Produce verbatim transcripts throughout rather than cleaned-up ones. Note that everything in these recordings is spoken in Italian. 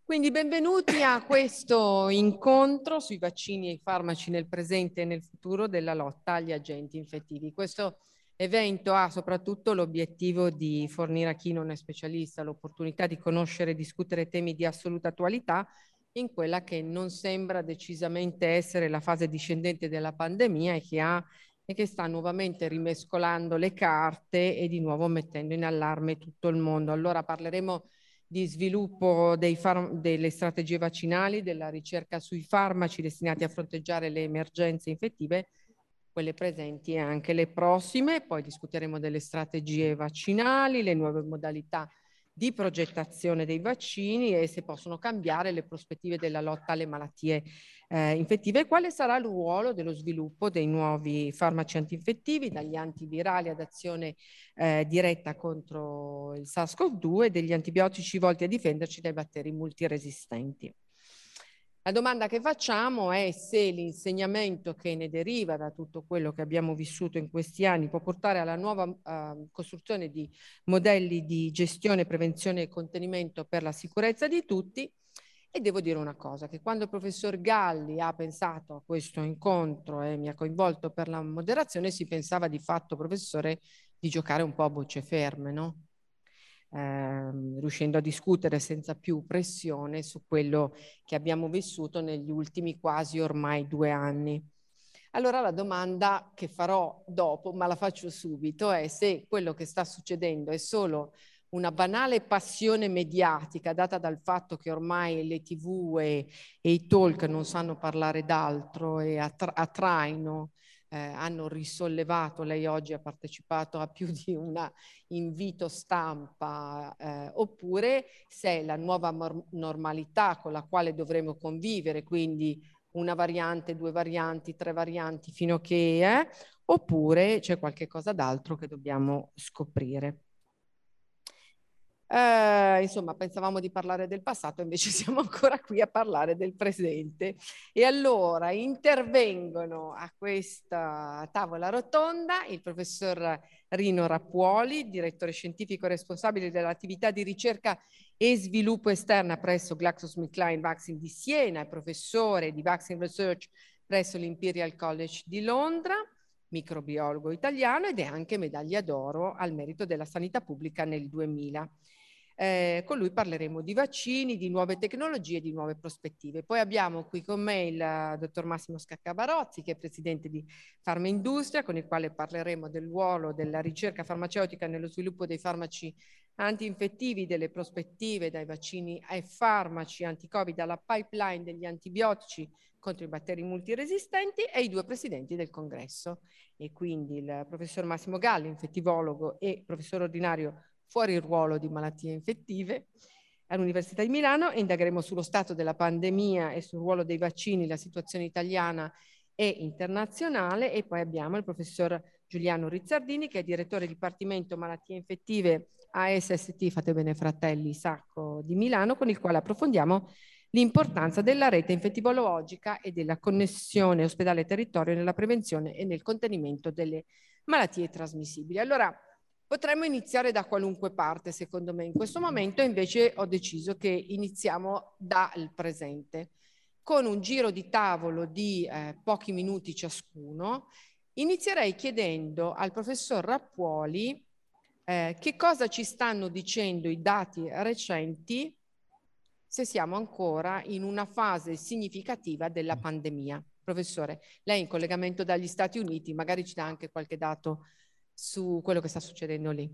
Quindi benvenuti a questo incontro sui vaccini e i farmaci nel presente e nel futuro della lotta agli agenti infettivi. Questo evento ha soprattutto l'obiettivo di fornire a chi non è specialista l'opportunità di conoscere e discutere temi di assoluta attualità in quella che non sembra decisamente essere la fase discendente della pandemia e che ha e che sta nuovamente rimescolando le carte e di nuovo mettendo in allarme tutto il mondo. Allora parleremo di sviluppo dei delle strategie vaccinali, della ricerca sui farmaci destinati a fronteggiare le emergenze infettive, quelle presenti e anche le prossime. Poi discuteremo delle strategie vaccinali, le nuove modalità di progettazione dei vaccini e se possono cambiare le prospettive della lotta alle malattie eh, infettive e quale sarà il ruolo dello sviluppo dei nuovi farmaci antinfettivi, dagli antivirali ad azione eh, diretta contro il SARS-CoV due e degli antibiotici volti a difenderci dai batteri multiresistenti. La domanda che facciamo è se l'insegnamento che ne deriva da tutto quello che abbiamo vissuto in questi anni può portare alla nuova uh, costruzione di modelli di gestione, prevenzione e contenimento per la sicurezza di tutti. E devo dire una cosa, che quando il professor Galli ha pensato a questo incontro e mi ha coinvolto per la moderazione, si pensava di fatto, professore, di giocare un po' a bocce ferme, no? Ehm, riuscendo a discutere senza più pressione su quello che abbiamo vissuto negli ultimi quasi ormai due anni. Allora la domanda che farò dopo, ma la faccio subito, è se quello che sta succedendo è solo una banale passione mediatica data dal fatto che ormai le tivù e, e i talk non sanno parlare d'altro e attraino, eh, hanno risollevato, lei oggi ha partecipato a più di un invito stampa, eh, oppure se è la nuova normalità con la quale dovremo convivere, quindi una variante, due varianti, tre varianti fino a che è, oppure c'è qualche cosa d'altro che dobbiamo scoprire. Eh, insomma, pensavamo di parlare del passato, invece siamo ancora qui a parlare del presente. E allora intervengono a questa tavola rotonda il professor Rino Rappuoli, direttore scientifico responsabile dell'attività di ricerca e sviluppo esterna presso GlaxoSmithKline Vaccine di Siena e professore di Vaccine Research presso l'Imperial College di Londra, microbiologo italiano ed è anche medaglia d'oro al merito della sanità pubblica nel duemila. Eh, con lui parleremo di vaccini, di nuove tecnologie, di nuove prospettive. Poi abbiamo qui con me il uh, dottor Massimo Scaccabarozzi, che è presidente di Farmaindustria, con il quale parleremo del ruolo della ricerca farmaceutica nello sviluppo dei farmaci antinfettivi, delle prospettive dai vaccini ai farmaci anti-Covid, alla pipeline degli antibiotici contro i batteri multiresistenti e i due presidenti del congresso. E quindi il professor Massimo Galli, infettivologo e professore ordinario fuori il ruolo di malattie infettive all'Università di Milano e indagheremo sullo stato della pandemia e sul ruolo dei vaccini, la situazione italiana e internazionale. E poi abbiamo il professor Giuliano Rizzardini, che è direttore Dipartimento Malattie Infettive a S S T, fate bene fratelli, Sacco di Milano, con il quale approfondiamo l'importanza della rete infettivologica e della connessione ospedale-territorio nella prevenzione e nel contenimento delle malattie trasmissibili. Allora, potremmo iniziare da qualunque parte, secondo me. In questo momento invece ho deciso che iniziamo dal presente, con un giro di tavolo di eh, pochi minuti ciascuno. Inizierei chiedendo al professor Rappuoli eh, che cosa ci stanno dicendo i dati recenti, se siamo ancora in una fase significativa della pandemia. Professore, lei in collegamento dagli Stati Uniti, magari ci dà anche qualche dato su quello che sta succedendo lì.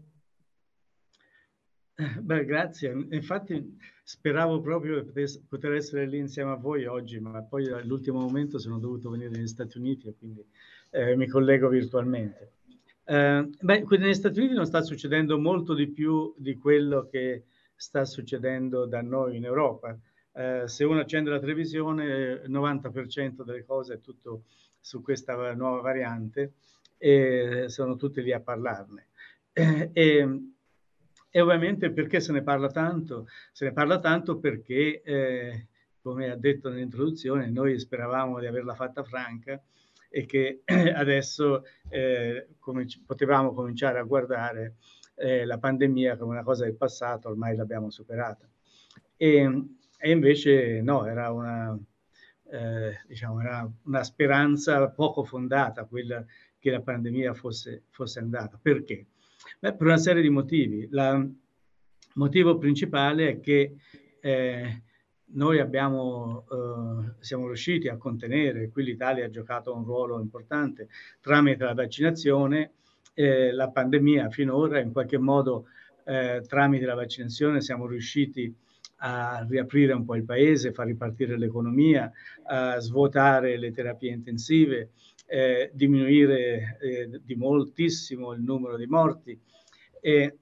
Beh, grazie. Infatti speravo proprio di poter essere lì insieme a voi oggi, ma poi all'ultimo momento sono dovuto venire negli Stati Uniti e quindi eh, mi collego virtualmente. Eh, beh, qui negli Stati Uniti non sta succedendo molto di più di quello che sta succedendo da noi in Europa. Eh, se uno accende la televisione, il novanta per cento delle cose è tutto su questa nuova variante e sono tutti lì a parlarne. Eh, e, e ovviamente perché se ne parla tanto? Se ne parla tanto perché, eh, come ha detto nell'introduzione, noi speravamo di averla fatta franca e che adesso eh, cominci- potevamo cominciare a guardare eh, la pandemia come una cosa del passato, ormai l'abbiamo superata. E, E invece no, era una, eh, diciamo, era una speranza poco fondata quella che la pandemia fosse, fosse andata. Perché? Beh, per una serie di motivi. Il motivo principale è che eh, noi abbiamo, eh, siamo riusciti a contenere, qui l'Italia ha giocato un ruolo importante tramite la vaccinazione, eh, la pandemia finora in qualche modo eh, tramite la vaccinazione siamo riusciti a riaprire un po' il paese, far ripartire l'economia, a svuotare le terapie intensive, eh, diminuire eh, di moltissimo il numero di morti. E,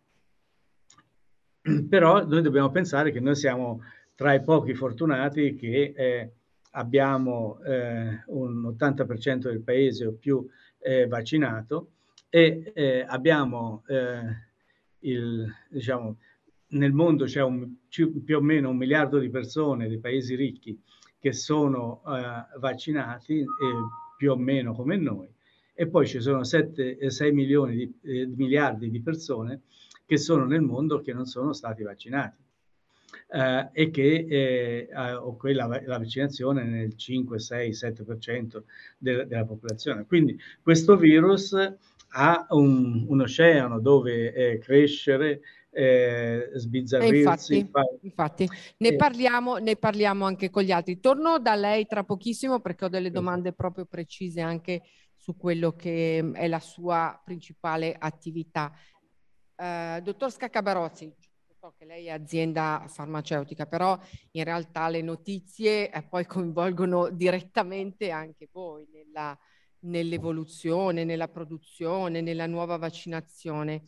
però noi dobbiamo pensare che noi siamo tra i pochi fortunati che eh, abbiamo eh, un ottanta per cento del paese o più eh, vaccinato e eh, abbiamo eh, il, diciamo, nel mondo c'è un, più o meno un miliardo di persone dei paesi ricchi che sono eh, vaccinati, eh, più o meno come noi, e poi ci sono sette sei milioni di eh, miliardi di persone che sono nel mondo che non sono stati vaccinati. Eh, e che eh, o quella, la vaccinazione nel cinque, sei, sette per cento de, della popolazione. Quindi questo virus ha un, un oceano dove eh, crescere, eh, E sbizzarrirsi. infatti, infatti ne Eh, parliamo, ne parliamo anche con gli altri. Torno da lei tra pochissimo perché ho delle questo. domande proprio precise anche su quello che è la sua principale attività. Eh, dottor Scaccabarozzi, so che lei è azienda farmaceutica, però in realtà le notizie eh, poi coinvolgono direttamente anche voi nella, nell'evoluzione, nella produzione, nella nuova vaccinazione.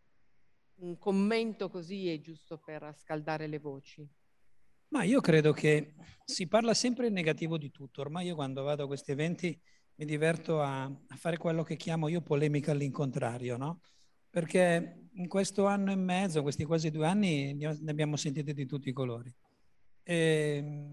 Un commento così è giusto per scaldare le voci. Ma io credo che si parla sempre in negativo di tutto. Ormai io quando vado a questi eventi mi diverto a, a fare quello che chiamo io polemica all'incontrario, no? Perché in questo anno e mezzo, questi quasi due anni, ne abbiamo sentite di tutti i colori. E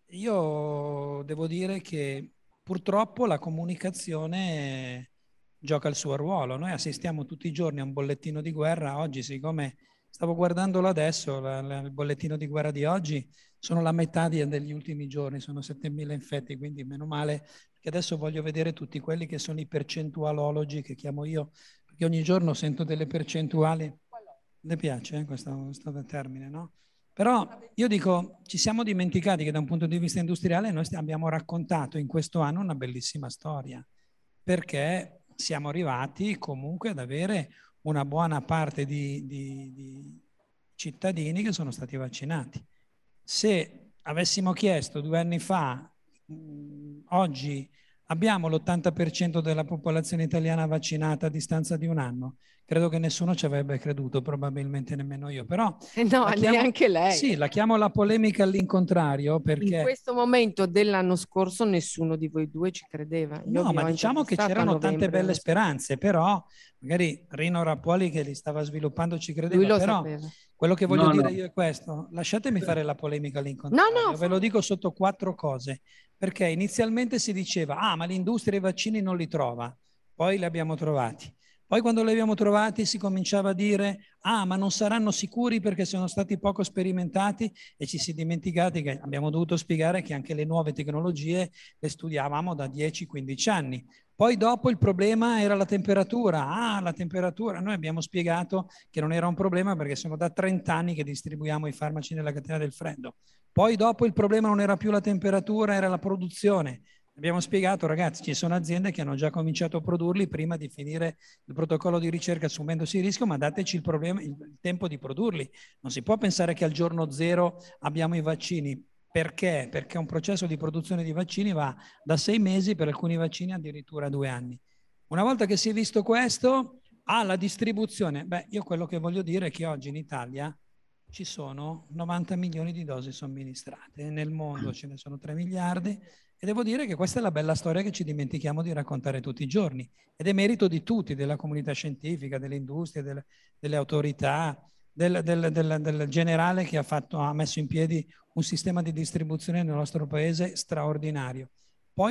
io devo dire che purtroppo la comunicazione gioca il suo ruolo. Noi assistiamo tutti i giorni a un bollettino di guerra. Oggi, siccome stavo guardandolo adesso, la, la, il bollettino di guerra di oggi sono la metà di, degli ultimi giorni, sono settemila infetti, quindi meno male, perché adesso voglio vedere tutti quelli che sono i percentualologi, che chiamo io, perché ogni giorno sento delle percentuali. Le piace eh, questo, questo termine, no? Però io dico, ci siamo dimenticati che da un punto di vista industriale noi abbiamo raccontato in questo anno una bellissima storia, perché siamo arrivati comunque ad avere una buona parte di, di, di cittadini che sono stati vaccinati. Se avessimo chiesto due anni fa, mh, oggi abbiamo l'ottanta per cento della popolazione italiana vaccinata a distanza di un anno, credo che nessuno ci avrebbe creduto, probabilmente nemmeno io, però Eh no, la chiamo, neanche lei. sì, la chiamo la polemica all'incontrario perché... In questo momento dell'anno scorso nessuno di voi due ci credeva. Io No, vi ma ho diciamo che intervistato a c'erano tante novembre belle dell'anno scorso. speranze, però magari Rino Rappuoli che li stava sviluppando ci Lui credeva, lo però sapeva. quello che voglio No, dire no. io è questo, lasciatemi fare la polemica No, all'incontrario, no, ve lo fa- dico sotto quattro cose, perché inizialmente si diceva, ah, ma l'industria i vaccini non li trova, poi li abbiamo trovati. Poi quando li abbiamo trovati si cominciava a dire, ah, ma non saranno sicuri perché sono stati poco sperimentati e ci si è dimenticati che abbiamo dovuto spiegare che anche le nuove tecnologie le studiavamo da dieci quindici anni. Poi dopo il problema era la temperatura. Ah, la temperatura. Noi abbiamo spiegato che non era un problema perché sono da trenta anni che distribuiamo i farmaci nella catena del freddo. Poi dopo il problema non era più la temperatura, era la produzione. Abbiamo spiegato, ragazzi, ci sono aziende che hanno già cominciato a produrli prima di finire il protocollo di ricerca assumendosi il rischio, ma dateci il, problema, il tempo di produrli. Non si può pensare che al giorno zero abbiamo i vaccini. Perché? Perché un processo di produzione di vaccini va da sei mesi, per alcuni vaccini addirittura due anni. Una volta che si è visto questo, ah, la distribuzione. Beh, io quello che voglio dire è che oggi in Italia ci sono novanta milioni di dosi somministrate, nel mondo ce ne sono tre miliardi e devo dire che questa è la bella storia che ci dimentichiamo di raccontare tutti i giorni ed è merito di tutti, della comunità scientifica, dell'industria, delle, delle autorità, del, del, del, del generale che ha, fatto, ha messo in piedi un sistema di distribuzione nel nostro paese straordinario. Poi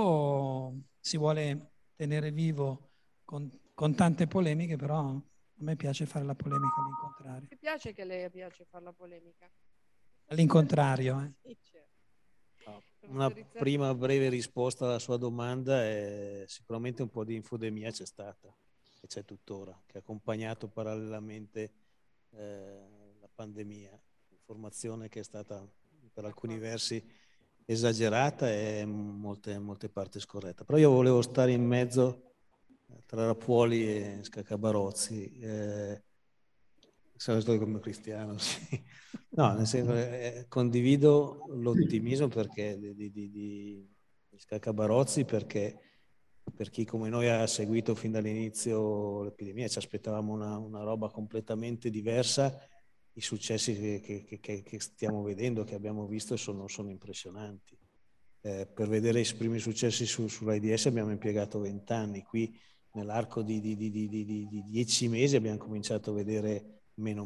dopo si vuole tenere vivo con, con tante polemiche, però a me piace fare la polemica all'incontrario. Mi piace che lei piace fare la polemica. all'incontrario. Eh. Una prima breve risposta alla sua domanda è sicuramente un po' di infodemia c'è stata e c'è tuttora, che ha accompagnato parallelamente eh, la pandemia, informazione che è stata per alcuni versi esagerata e molte, molte parti scorretta. Però io volevo stare in mezzo tra Rappuoli e Scaccabarozzi, eh, sono come cristiano, sì. No, nel senso, eh, condivido l'ottimismo perché di, di, di, di Scaccabarozzi, perché per chi come noi ha seguito fin dall'inizio l'epidemia ci aspettavamo una, una roba completamente diversa. I successi che, che, che, che stiamo vedendo, che abbiamo visto, sono, sono impressionanti. Eh, per vedere i primi successi su, sull'AIDS abbiamo impiegato vent'anni. Qui nell'arco di, di, di, di, di, di dieci mesi abbiamo cominciato a vedere meno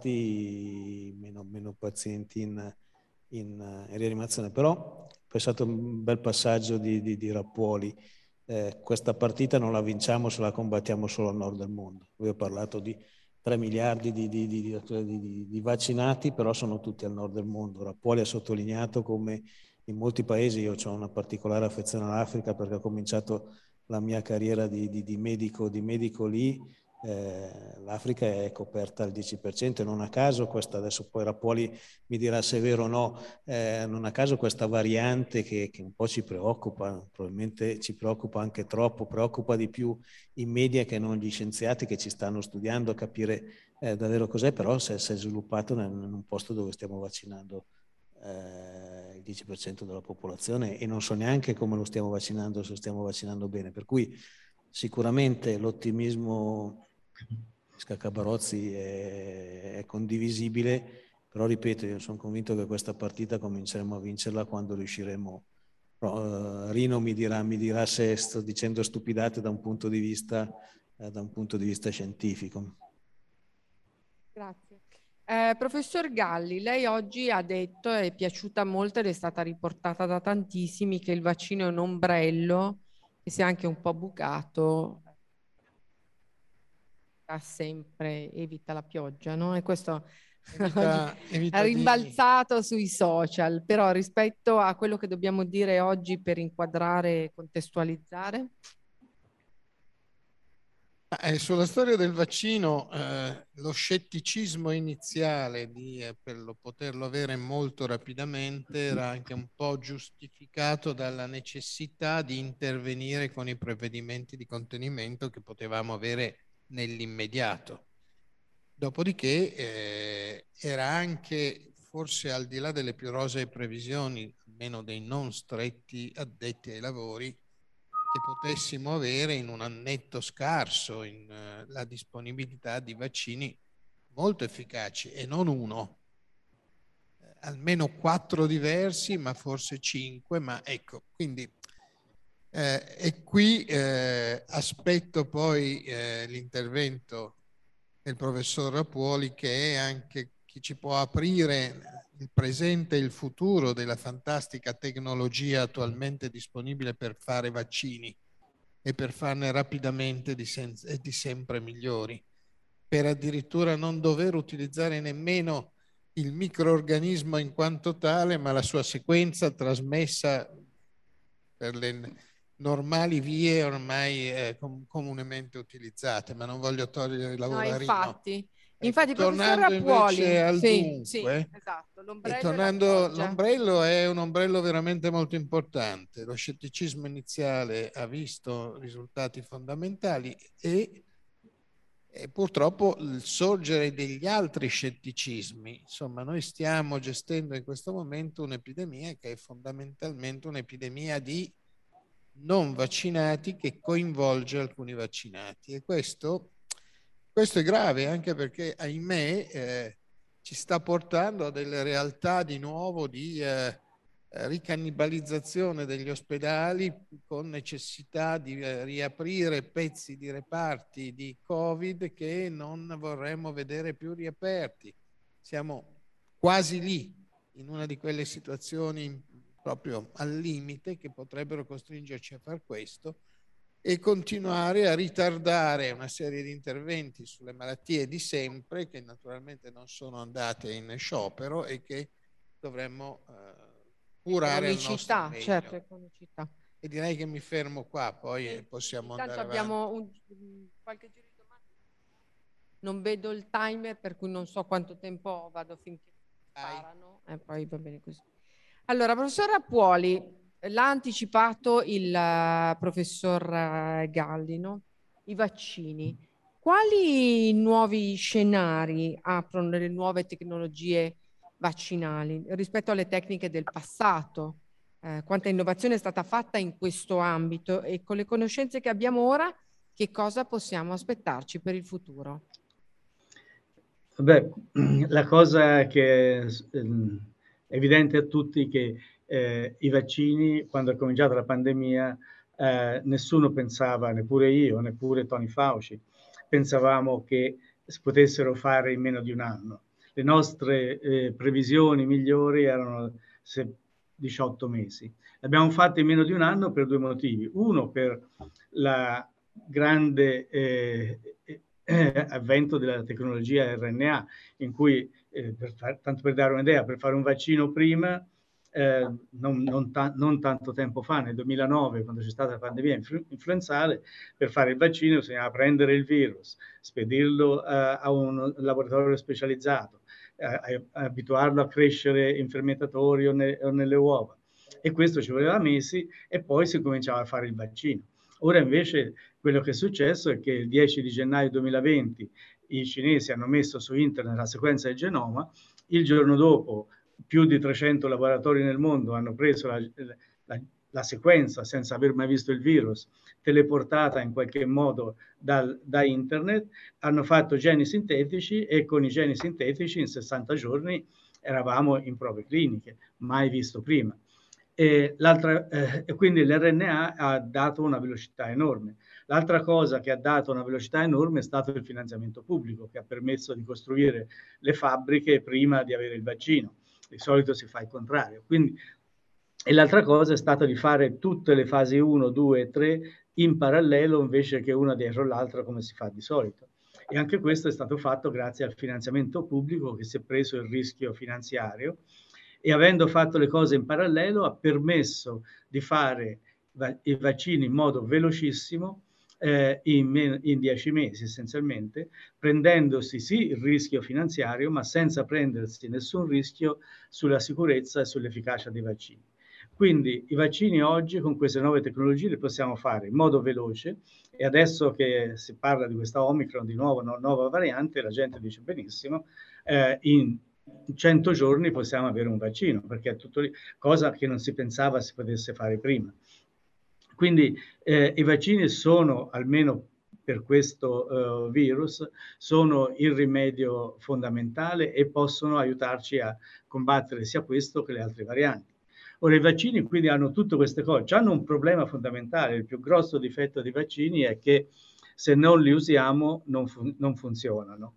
morti, meno, meno pazienti in, in, in rianimazione. Però è stato un bel passaggio di, di, di Rappuoli. Eh, questa partita non la vinciamo se la combattiamo solo al nord del mondo. Lui ha parlato di tre miliardi di, di, di, di, di vaccinati, però sono tutti al nord del mondo. Rappuoli ha sottolineato come in molti paesi, io ho una particolare affezione all'Africa perché ho cominciato la mia carriera di, di, di, medico, di medico lì, eh, l'Africa è coperta al dieci per cento e non a caso questa, adesso poi Rappuoli mi dirà se è vero o no, eh, non a caso questa variante che, che un po' ci preoccupa, probabilmente ci preoccupa anche troppo, preoccupa di più i media che non gli scienziati che ci stanno studiando a capire eh, davvero cos'è, però si è, si è sviluppato in un posto dove stiamo vaccinando eh, il dieci per cento della popolazione e non so neanche come lo stiamo vaccinando, se lo stiamo vaccinando bene, per cui sicuramente l'ottimismo Scaccabarozzi è, è condivisibile, però ripeto, io sono convinto che questa partita cominceremo a vincerla quando riusciremo. Però, uh, Rino mi dirà, mi dirà se sto dicendo stupidate da un punto di vista, eh, da un punto di vista scientifico. Grazie. Eh, professor Galli, lei oggi ha detto, è piaciuta molto ed è stata riportata da tantissimi, che il vaccino è un ombrello che si è anche un po' bucato, ha sempre evita la pioggia, no? E questo evita, evita ha rimbalzato di... sui social, però rispetto a quello che dobbiamo dire oggi per inquadrare e contestualizzare. Eh, sulla storia del vaccino, eh, lo scetticismo iniziale di eh, per lo, poterlo avere molto rapidamente era anche un po' giustificato dalla necessità di intervenire con i provvedimenti di contenimento che potevamo avere nell'immediato. Dopodiché eh, era anche, forse al di là delle più rosee previsioni, almeno dei non stretti addetti ai lavori, che potessimo avere in un annetto scarso in, uh, la disponibilità di vaccini molto efficaci e non uno, eh, almeno quattro diversi, ma forse cinque, ma ecco, quindi eh, e qui eh, aspetto poi eh, l'intervento del professor Rappuoli, che è anche chi ci può aprire il presente e il futuro della fantastica tecnologia attualmente disponibile per fare vaccini e per farne rapidamente di e di sempre migliori, per addirittura non dover utilizzare nemmeno il microorganismo in quanto tale, ma la sua sequenza trasmessa per le normali vie ormai eh, com comunemente utilizzate, ma non voglio togliere il lavoro no, a Rino. infatti. Ecco, Infatti, tornando professor Rappuoli, invece al sì, dunque, sì, esatto, e tornando l'ombrello è un ombrello veramente molto importante. Lo scetticismo iniziale ha visto risultati fondamentali e, e purtroppo il sorgere degli altri scetticismi. Insomma, noi stiamo gestendo in questo momento un'epidemia che è fondamentalmente un'epidemia di non vaccinati che coinvolge alcuni vaccinati e questo Questo è grave anche perché, ahimè, eh, ci sta portando a delle realtà di nuovo di eh, ricannibalizzazione degli ospedali con necessità di eh, riaprire pezzi di reparti di Covid che non vorremmo vedere più riaperti. Siamo quasi lì, in una di quelle situazioni proprio al limite che potrebbero costringerci a far questo e continuare a ritardare una serie di interventi sulle malattie di sempre che naturalmente non sono andate in sciopero e che dovremmo eh, curare il nostro meglio. Certo, economicità. E direi che mi fermo qua, poi sì, possiamo intanto andare abbiamo avanti. un, qualche giro di domande. Non vedo il timer, per cui non so quanto tempo vado finché parano, e poi va bene così. Allora, professor Rappuoli, l'ha anticipato il uh, professor uh, Galli, no? I vaccini. Quali nuovi scenari aprono le nuove tecnologie vaccinali rispetto alle tecniche del passato? Eh, quanta innovazione è stata fatta in questo ambito e con le conoscenze che abbiamo ora, che cosa possiamo aspettarci per il futuro? Beh, la cosa che è evidente a tutti è che eh, i vaccini, quando è cominciata la pandemia, eh, nessuno pensava, neppure io, neppure Tony Fauci, pensavamo che si potessero fare in meno di un anno. Le nostre eh, previsioni migliori erano se, diciotto mesi. L'abbiamo fatto in meno di un anno per due motivi. Uno, per la grande eh, eh, avvento della tecnologia R N A, in cui, eh, per far, tanto per dare un'idea, per fare un vaccino prima, eh, non, non, ta non tanto tempo fa, nel duemilanove, quando c'è stata la pandemia influ influenzale, per fare il vaccino bisognava prendere il virus, spedirlo eh, a un laboratorio specializzato, eh, abituarlo a crescere in fermentatori o, ne o nelle uova. E questo ci voleva mesi e poi si cominciava a fare il vaccino. Ora invece quello che è successo è che il dieci di gennaio duemilaventi i cinesi hanno messo su internet la sequenza del genoma, il giorno dopo più di trecento laboratori nel mondo hanno preso la, la, la sequenza senza aver mai visto il virus, teleportata in qualche modo dal, da internet, hanno fatto geni sintetici e con i geni sintetici in sessanta giorni eravamo in prove cliniche, mai visto prima. E, l'altra, eh, e quindi l'R N A ha dato una velocità enorme. L'altra cosa che ha dato una velocità enorme è stato il finanziamento pubblico, che ha permesso di costruire le fabbriche prima di avere il vaccino. Di solito si fa il contrario. Quindi, e l'altra cosa è stata di fare tutte le fasi uno, due e tre in parallelo invece che una dietro l'altra come si fa di solito. E anche questo è stato fatto grazie al finanziamento pubblico che si è preso il rischio finanziario e avendo fatto le cose in parallelo ha permesso di fare i vaccini in modo velocissimo eh, in, in dieci mesi essenzialmente, prendendosi sì il rischio finanziario ma senza prendersi nessun rischio sulla sicurezza e sull'efficacia dei vaccini. Quindi i vaccini oggi con queste nuove tecnologie li possiamo fare in modo veloce e adesso che si parla di questa Omicron, di nuovo una nuova variante, la gente dice benissimo, eh, in cento giorni possiamo avere un vaccino, perché è tutto lì, cosa che non si pensava si potesse fare prima. Quindi eh, i vaccini sono, almeno per questo uh, virus, sono il rimedio fondamentale e possono aiutarci a combattere sia questo che le altre varianti. Ora i vaccini quindi hanno tutte queste cose, hanno un problema fondamentale, il più grosso difetto dei vaccini è che se non li usiamo non, fun non funzionano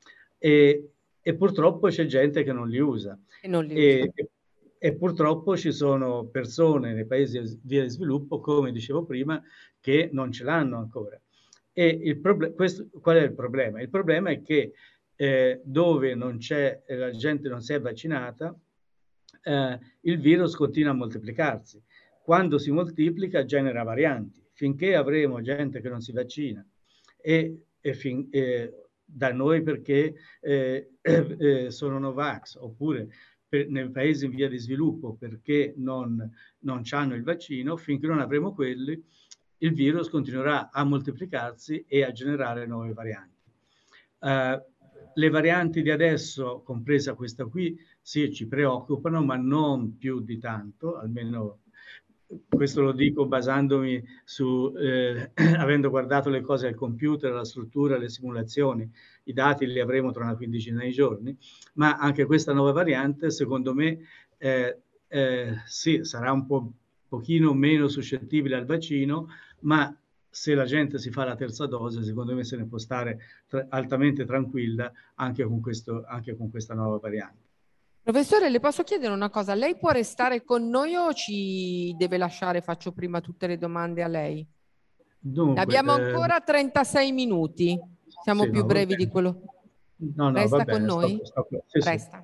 e, e purtroppo c'è gente che non li usa. E, non li e, usa. e, e purtroppo ci sono persone nei paesi in via di sviluppo, come dicevo prima, che non ce l'hanno ancora. E il questo, qual è il problema? Il problema è che eh, dove non c'è, la gente non si è vaccinata, eh, il virus continua a moltiplicarsi. Quando si moltiplica genera varianti. Finché avremo gente che non si vaccina e, e fin, eh, da noi perché eh, eh, sono Novax, oppure per, nei paesi in via di sviluppo perché non, non hanno il vaccino, finché non avremo quelli, il virus continuerà a moltiplicarsi e a generare nuove varianti. Uh, le varianti di adesso, compresa questa qui, sì, ci preoccupano, ma non più di tanto, almeno questo lo dico basandomi su, eh, avendo guardato le cose al computer, la struttura, le simulazioni, i dati li avremo tra una quindicina di giorni, ma anche questa nuova variante, secondo me, eh, eh, sì, sarà un po' pochino meno suscettibile al vaccino, ma se la gente si fa la terza dose, secondo me se ne può stare tra altamente tranquilla anche con, questo, anche con questa nuova variante. Professore, le posso chiedere una cosa? Lei può restare con noi o ci deve lasciare? Faccio prima tutte le domande a lei. Dunque, abbiamo eh, ancora trentasei minuti. Siamo sì, più no, brevi di quello. No, no, Resta va bene, con noi? sto, sto, sì, Resta. sì.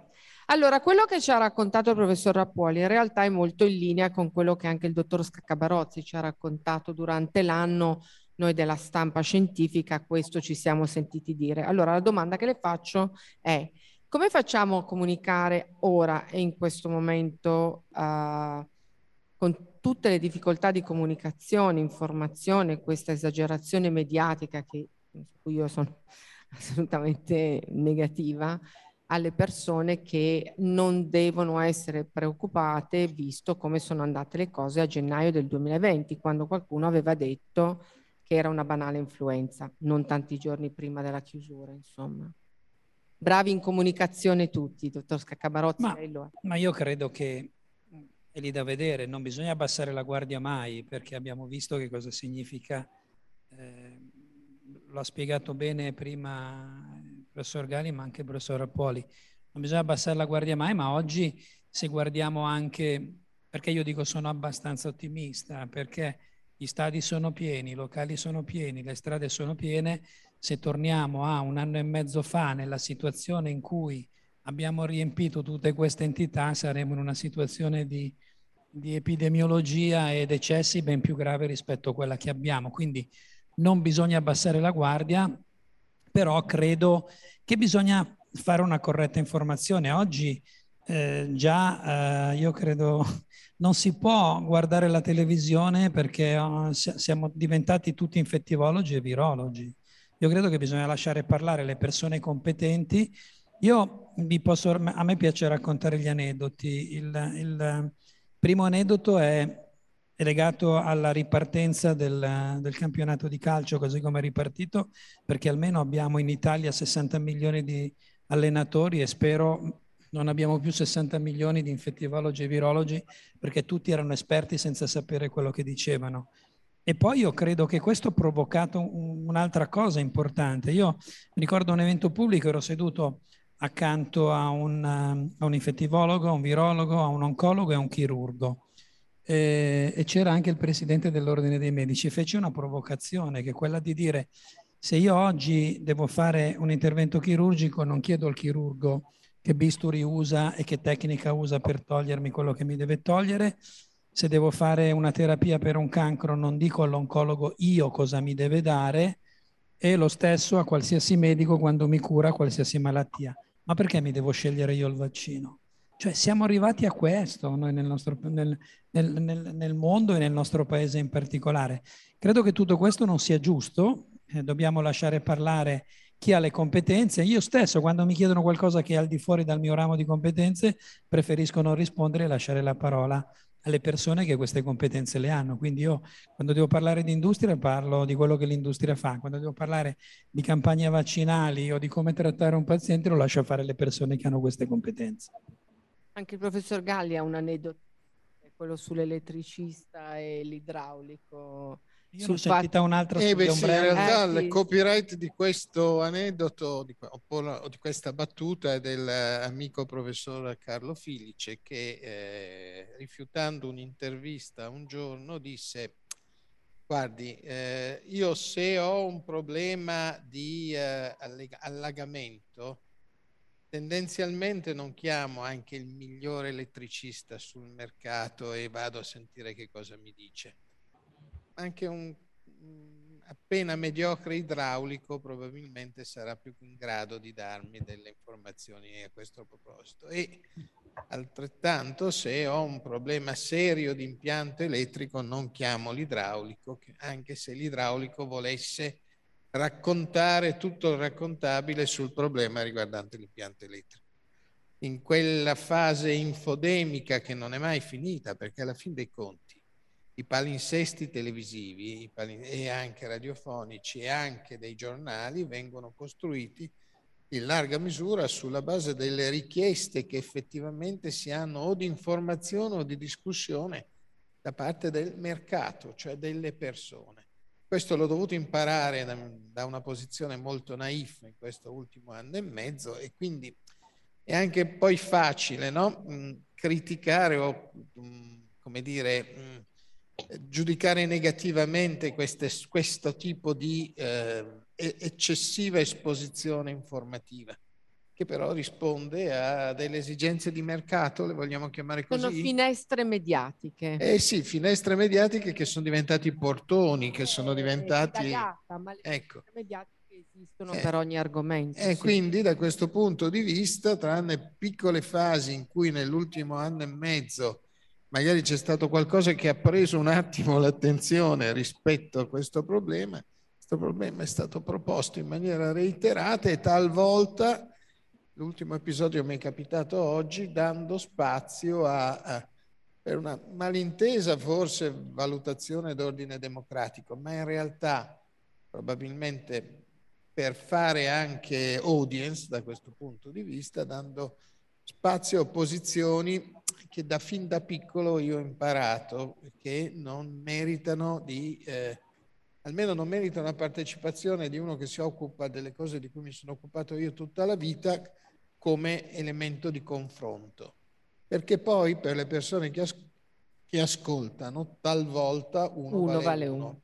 Allora, quello che ci ha raccontato il professor Rappuoli in realtà è molto in linea con quello che anche il dottor Scaccabarozzi ci ha raccontato durante l'anno. Noi della stampa scientifica questo ci siamo sentiti dire. Allora, la domanda che le faccio è: come facciamo a comunicare ora e in questo momento uh, con tutte le difficoltà di comunicazione, informazione, questa esagerazione mediatica che, su cui io sono assolutamente negativa, alle persone che non devono essere preoccupate visto come sono andate le cose a gennaio del duemilaventi, quando qualcuno aveva detto che era una banale influenza, non tanti giorni prima della chiusura, insomma. Bravi in comunicazione tutti, dottor Scaccabarozzi, Ma, lei lo è. ma io credo che è lì da vedere, non bisogna abbassare la guardia mai, perché abbiamo visto che cosa significa, eh, lo ha spiegato bene prima il professor Galli, ma anche il professor Rappuoli. Non bisogna abbassare la guardia mai, ma oggi se guardiamo anche, perché io dico sono abbastanza ottimista, perché gli stadi sono pieni, i locali sono pieni, le strade sono piene. Se torniamo a un anno e mezzo fa, nella situazione in cui abbiamo riempito tutte queste entità, saremo in una situazione di, di epidemiologia e decessi ben più grave rispetto a quella che abbiamo. Quindi non bisogna abbassare la guardia, però credo che bisogna fare una corretta informazione. Oggi eh, già eh, io credo non si può guardare la televisione perché oh, siamo diventati tutti infettivologi e virologi. Io credo che bisogna lasciare parlare le persone competenti. Io vi posso, a me piace raccontare gli aneddoti. Il, il primo aneddoto è, è legato alla ripartenza del, del campionato di calcio, così come è ripartito, perché almeno abbiamo in Italia sessanta milioni di allenatori e spero non abbiamo più sessanta milioni di infettivologi e virologi, perché tutti erano esperti senza sapere quello che dicevano. E poi io credo che questo ha provocato un'altra cosa importante. Io mi ricordo un evento pubblico, ero seduto accanto a un, a un infettivologo, a un virologo, a un oncologo e a un chirurgo. E, e c'era anche il presidente dell'ordine dei medici. Fece una provocazione, che è quella di dire: se io oggi devo fare un intervento chirurgico, non chiedo al chirurgo che bisturi usa e che tecnica usa per togliermi quello che mi deve togliere. Se devo fare una terapia per un cancro, non dico all'oncologo io cosa mi deve dare, e lo stesso a qualsiasi medico quando mi cura qualsiasi malattia. Ma perché mi devo scegliere io il vaccino? Cioè siamo arrivati a questo noi nel, nostro, nel, nel, nel, nel mondo e nel nostro paese in particolare. Credo che tutto questo non sia giusto, eh, dobbiamo lasciare parlare chi ha le competenze. Io stesso, quando mi chiedono qualcosa che è al di fuori dal mio ramo di competenze, preferisco non rispondere e lasciare la parola alle persone che queste competenze le hanno. Quindi io, quando devo parlare di industria, parlo di quello che l'industria fa. Quando devo parlare di campagne vaccinali o di come trattare un paziente, lo lascio fare alle persone che hanno queste competenze. Anche il professor Galli ha un aneddoto, quello sull'elettricista e l'idraulico. Io l'ho sentita un'altra eh beh, sì, in realtà eh, il sì, copyright sì. di questo aneddoto di, o di questa battuta è dell'amico professor Carlo Filice che eh, rifiutando un'intervista un giorno disse: guardi, eh, io se ho un problema di eh, allagamento tendenzialmente non chiamo anche il migliore elettricista sul mercato e vado a sentire che cosa mi dice. Anche un appena mediocre idraulico probabilmente sarà più in grado di darmi delle informazioni a questo proposito. E altrettanto, se ho un problema serio di impianto elettrico, non chiamo l'idraulico, anche se l'idraulico volesse raccontare tutto il raccontabile sul problema riguardante l'impianto elettrico. In quella fase infodemica che non è mai finita, perché alla fin dei conti i palinsesti televisivi i palin- e anche radiofonici e anche dei giornali vengono costruiti in larga misura sulla base delle richieste che effettivamente si hanno o di informazione o di discussione da parte del mercato, cioè delle persone. Questo l'ho dovuto imparare da, da una posizione molto naif in questo ultimo anno e mezzo, e quindi è anche poi facile, no? Mm, criticare o, mm, come dire, mm, giudicare negativamente queste, questo tipo di eh, eccessiva esposizione informativa. che però risponde a delle esigenze di mercato, le vogliamo chiamare così? Sono finestre mediatiche. Eh sì, finestre mediatiche che sono diventati portoni, che sono diventati... Indagata, ma le ecco. finestre mediatiche esistono Eh, per ogni argomento. E sì. quindi da questo punto di vista, tranne piccole fasi in cui nell'ultimo anno e mezzo magari c'è stato qualcosa che ha preso un attimo l'attenzione rispetto a questo problema, questo problema è stato proposto in maniera reiterata e talvolta, l'ultimo episodio mi è capitato oggi, dando spazio a, a per una malintesa forse valutazione d'ordine democratico, ma in realtà probabilmente per fare anche audience da questo punto di vista, dando spazio a opposizioni che da fin da piccolo io ho imparato che non meritano di, eh, almeno non meritano la partecipazione di uno che si occupa delle cose di cui mi sono occupato io tutta la vita come elemento di confronto. Perché poi per le persone che, as che ascoltano talvolta uno, uno vale, vale uno. uno.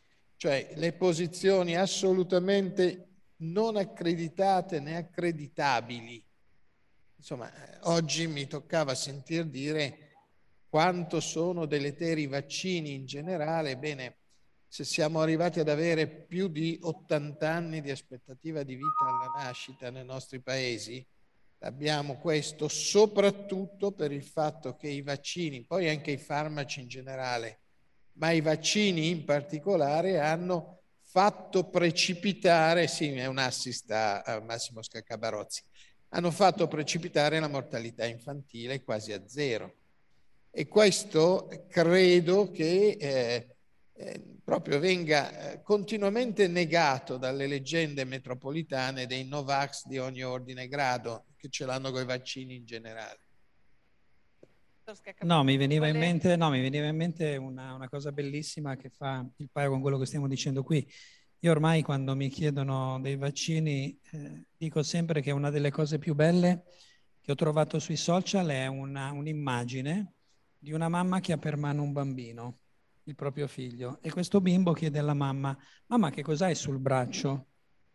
Cioè le posizioni assolutamente non accreditate né accreditabili. Insomma, oggi mi toccava sentir dire quanto sono deleteri i vaccini in generale. Ebbene, se siamo arrivati ad avere più di ottanta anni di aspettativa di vita alla nascita nei nostri paesi, abbiamo questo soprattutto per il fatto che i vaccini, poi anche i farmaci in generale, ma i vaccini in particolare hanno fatto precipitare, sì, è un assist a, a Massimo Scaccabarozzi, hanno fatto precipitare la mortalità infantile quasi a zero. E questo credo che eh, eh, proprio venga eh, continuamente negato dalle leggende metropolitane dei Novax di ogni ordine e grado, che ce l'hanno con i vaccini in generale. No, mi veniva in mente, no, mi veniva in mente una, una cosa bellissima che fa il paio con quello che stiamo dicendo qui. Io ormai quando mi chiedono dei vaccini eh, dico sempre che una delle cose più belle che ho trovato sui social è un'immagine di una mamma che ha per mano un bambino, il proprio figlio, e questo bimbo chiede alla mamma: mamma, che cos'hai sul braccio?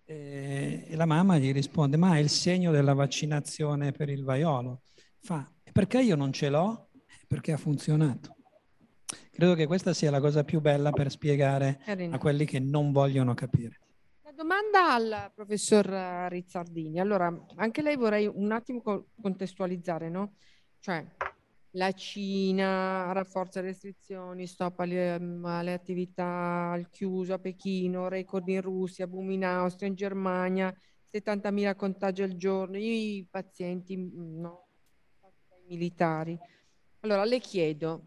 E, e la mamma gli risponde: ma è il segno della vaccinazione per il vaiolo. Fa: perché io non ce l'ho? Perché ha funzionato. Credo che questa sia la cosa più bella per spiegare Carino. a quelli che non vogliono capire. Una domanda al professor Rizzardini. Allora, anche lei vorrei un attimo contestualizzare, no? Cioè, la Cina rafforza le restrizioni, stop alle, alle attività al chiuso a Pechino, record in Russia, boom in Austria, in Germania, settantamila contagi al giorno, i pazienti, no, i militari. Allora, le chiedo,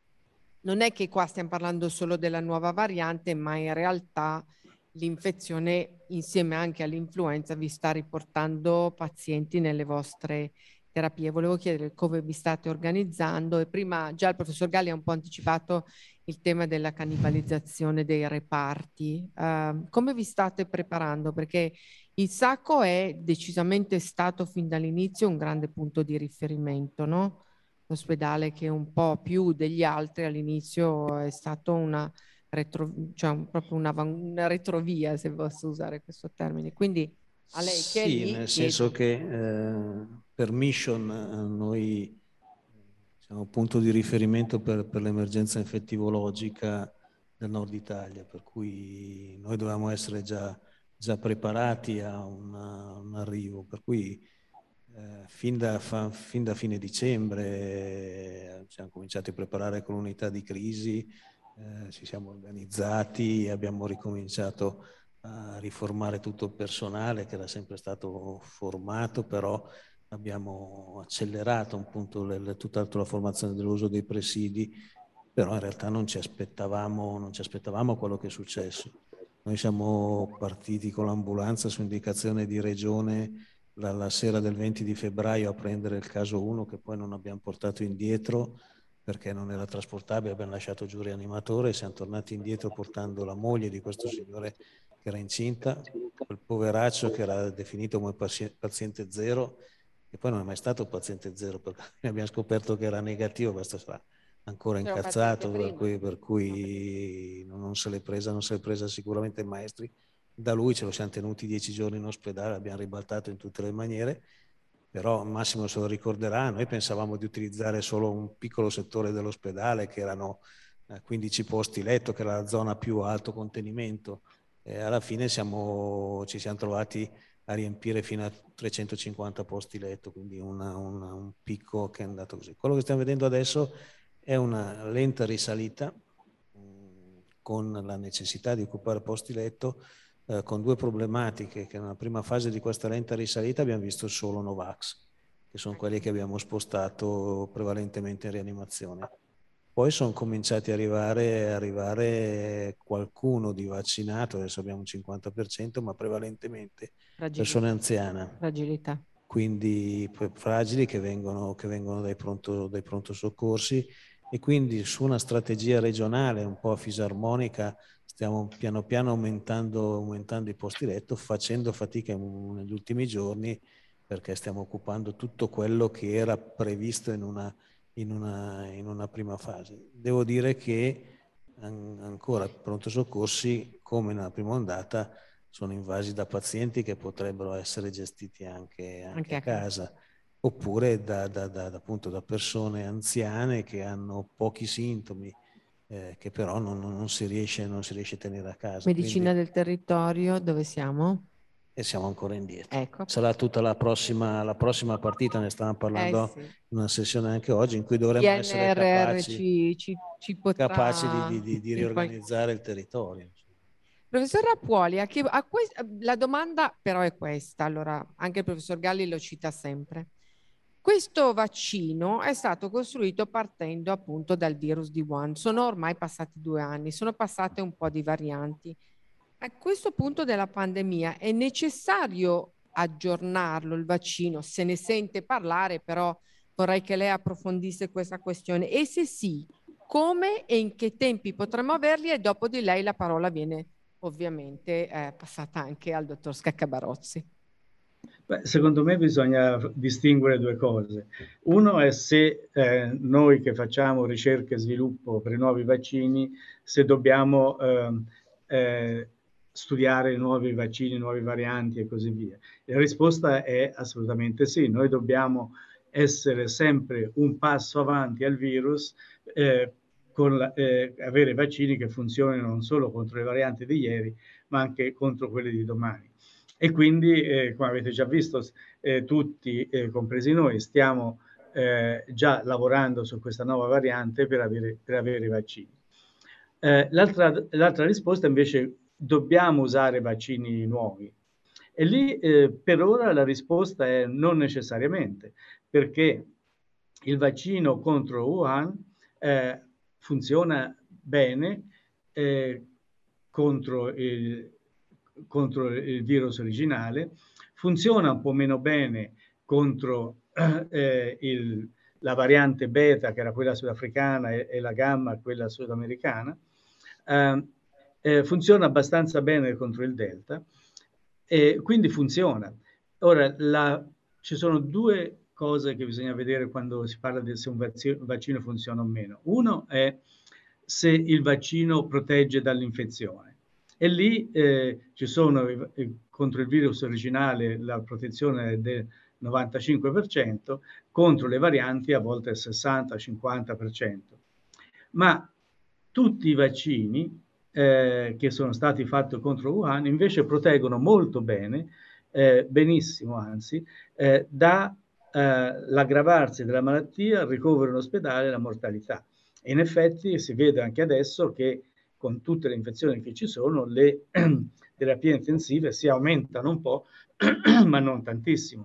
non è che qua stiamo parlando solo della nuova variante, ma in realtà l'infezione insieme anche all'influenza vi sta riportando pazienti nelle vostre terapie. Volevo chiedere come vi state organizzando, e prima già il professor Galli ha un po' anticipato il tema della cannibalizzazione dei reparti. Uh, come vi state preparando? Perché il Sacco è decisamente stato fin dall'inizio un grande punto di riferimento, no? L'ospedale che un po' più degli altri all'inizio è stato una, retro, cioè un, proprio una, una retrovia, se posso usare questo termine. Quindi a lei che è sì, lì, nel chiedo... senso che eh, per Mission eh, noi siamo punto di riferimento per, per l'emergenza infettivologica del nord Italia, per cui noi dovevamo essere già, già preparati a una, un arrivo, per cui eh, fin, da, fa, fin da fine dicembre eh, siamo cominciati a preparare con l'unità di crisi, eh, ci siamo organizzati, abbiamo ricominciato a riformare tutto il personale che era sempre stato formato, però abbiamo accelerato un punto le, tutta la formazione dell'uso dei presidi, però in realtà non ci aspettavamo, non ci aspettavamo quello che è successo. Noi siamo partiti con l'ambulanza su indicazione di regione la, la sera del venti di febbraio a prendere il caso uno, che poi non abbiamo portato indietro perché non era trasportabile, abbiamo lasciato giù il rianimatore e siamo tornati indietro portando la moglie di questo signore che era incinta, quel poveraccio che era definito come paziente zero, che poi non è mai stato paziente zero, perché abbiamo scoperto che era negativo, questo sarà ancora incazzato, per cui, per cui non se l'è presa, non se l'è presa sicuramente il maestri, da lui, ce lo siamo tenuti dieci giorni in ospedale, l'abbiamo ribaltato in tutte le maniere, però Massimo se lo ricorderà, noi pensavamo di utilizzare solo un piccolo settore dell'ospedale, che erano quindici posti letto, che era la zona più alto contenimento, e alla fine siamo, ci siamo trovati a riempire fino a trecentocinquanta posti letto, quindi una, una, un picco che è andato così. Quello che stiamo vedendo adesso è una lenta risalita mh, con la necessità di occupare posti letto, eh, con due problematiche, che nella prima fase di questa lenta risalita abbiamo visto solo Novax, che sono quelli che abbiamo spostato prevalentemente in rianimazione. Poi sono cominciati a arrivare, arrivare qualcuno di vaccinato, adesso abbiamo un cinquanta per cento, ma prevalentemente Fragilità. persone anziane. Fragilità. Quindi fragili che vengono, che vengono dai, pronto, dai pronto soccorsi, e quindi su una strategia regionale un po' fisarmonica stiamo piano piano aumentando, aumentando i posti letto, facendo fatica in, negli ultimi giorni, perché stiamo occupando tutto quello che era previsto in una In una, in una prima fase. Devo dire che an ancora pronto soccorsi, come nella prima ondata, sono invasi da pazienti che potrebbero essere gestiti anche, anche, anche a casa, casa. oppure da, da, da, appunto, da persone anziane che hanno pochi sintomi, eh, che però non, non, si riesce, non si riesce a tenere a casa. Medicina Quindi, del territorio, dove siamo? E siamo ancora indietro. Ecco. Sarà tutta la prossima, la prossima partita, ne stavamo parlando eh sì. in una sessione anche oggi, in cui dovremmo I N R R essere capaci, ci, ci, ci potrà... capaci di, di, di, di riorganizzare il territorio. Professor Rappuoli, a chi, a la domanda però è questa, allora anche il professor Galli lo cita sempre. Questo vaccino è stato costruito partendo appunto dal virus di Wuhan. Sono ormai passati due anni, sono passate un po' di varianti. A questo punto della pandemia è necessario aggiornarlo il vaccino? Se ne sente parlare, però vorrei che lei approfondisse questa questione. E se sì, come e in che tempi potremmo averli? E dopo di lei la parola viene ovviamente eh, passata anche al dottor Scaccabarozzi. Beh, secondo me bisogna distinguere due cose. Uno è se eh, noi che facciamo ricerca e sviluppo per i nuovi vaccini, se dobbiamo eh, eh, studiare nuovi vaccini, nuove varianti e così via. La risposta è assolutamente sì. Noi dobbiamo essere sempre un passo avanti al virus, eh, con la, eh, avere vaccini che funzionino non solo contro le varianti di ieri, ma anche contro quelle di domani. E quindi, eh, come avete già visto, eh, tutti, eh, compresi noi, stiamo eh, già lavorando su questa nuova variante per avere, per avere i vaccini. Eh, l'altra, l'altra risposta invece, dobbiamo usare vaccini nuovi. E lì eh, per ora la risposta è non necessariamente, perché il vaccino contro Wuhan eh, funziona bene eh, contro il contro il virus originale, funziona un po' meno bene contro eh, il, la variante beta, che era quella sudafricana, e, e la gamma, quella sudamericana, eh, eh, funziona abbastanza bene contro il delta, e quindi funziona. Ora, la, ci sono due cose che bisogna vedere quando si parla di se un vaccino funziona o meno. Uno è se il vaccino protegge dall'infezione. E lì eh, ci sono eh, contro il virus originale la protezione del novantacinque per cento, contro le varianti a volte il sessanta cinquanta per cento. Ma tutti i vaccini eh, che sono stati fatti contro Wuhan invece proteggono molto bene, eh, benissimo anzi, eh, da eh, l'aggravarsi della malattia, il ricovero in ospedale e la mortalità. E in effetti si vede anche adesso che con tutte le infezioni che ci sono, le terapie intensive si aumentano un po', ma non tantissimo.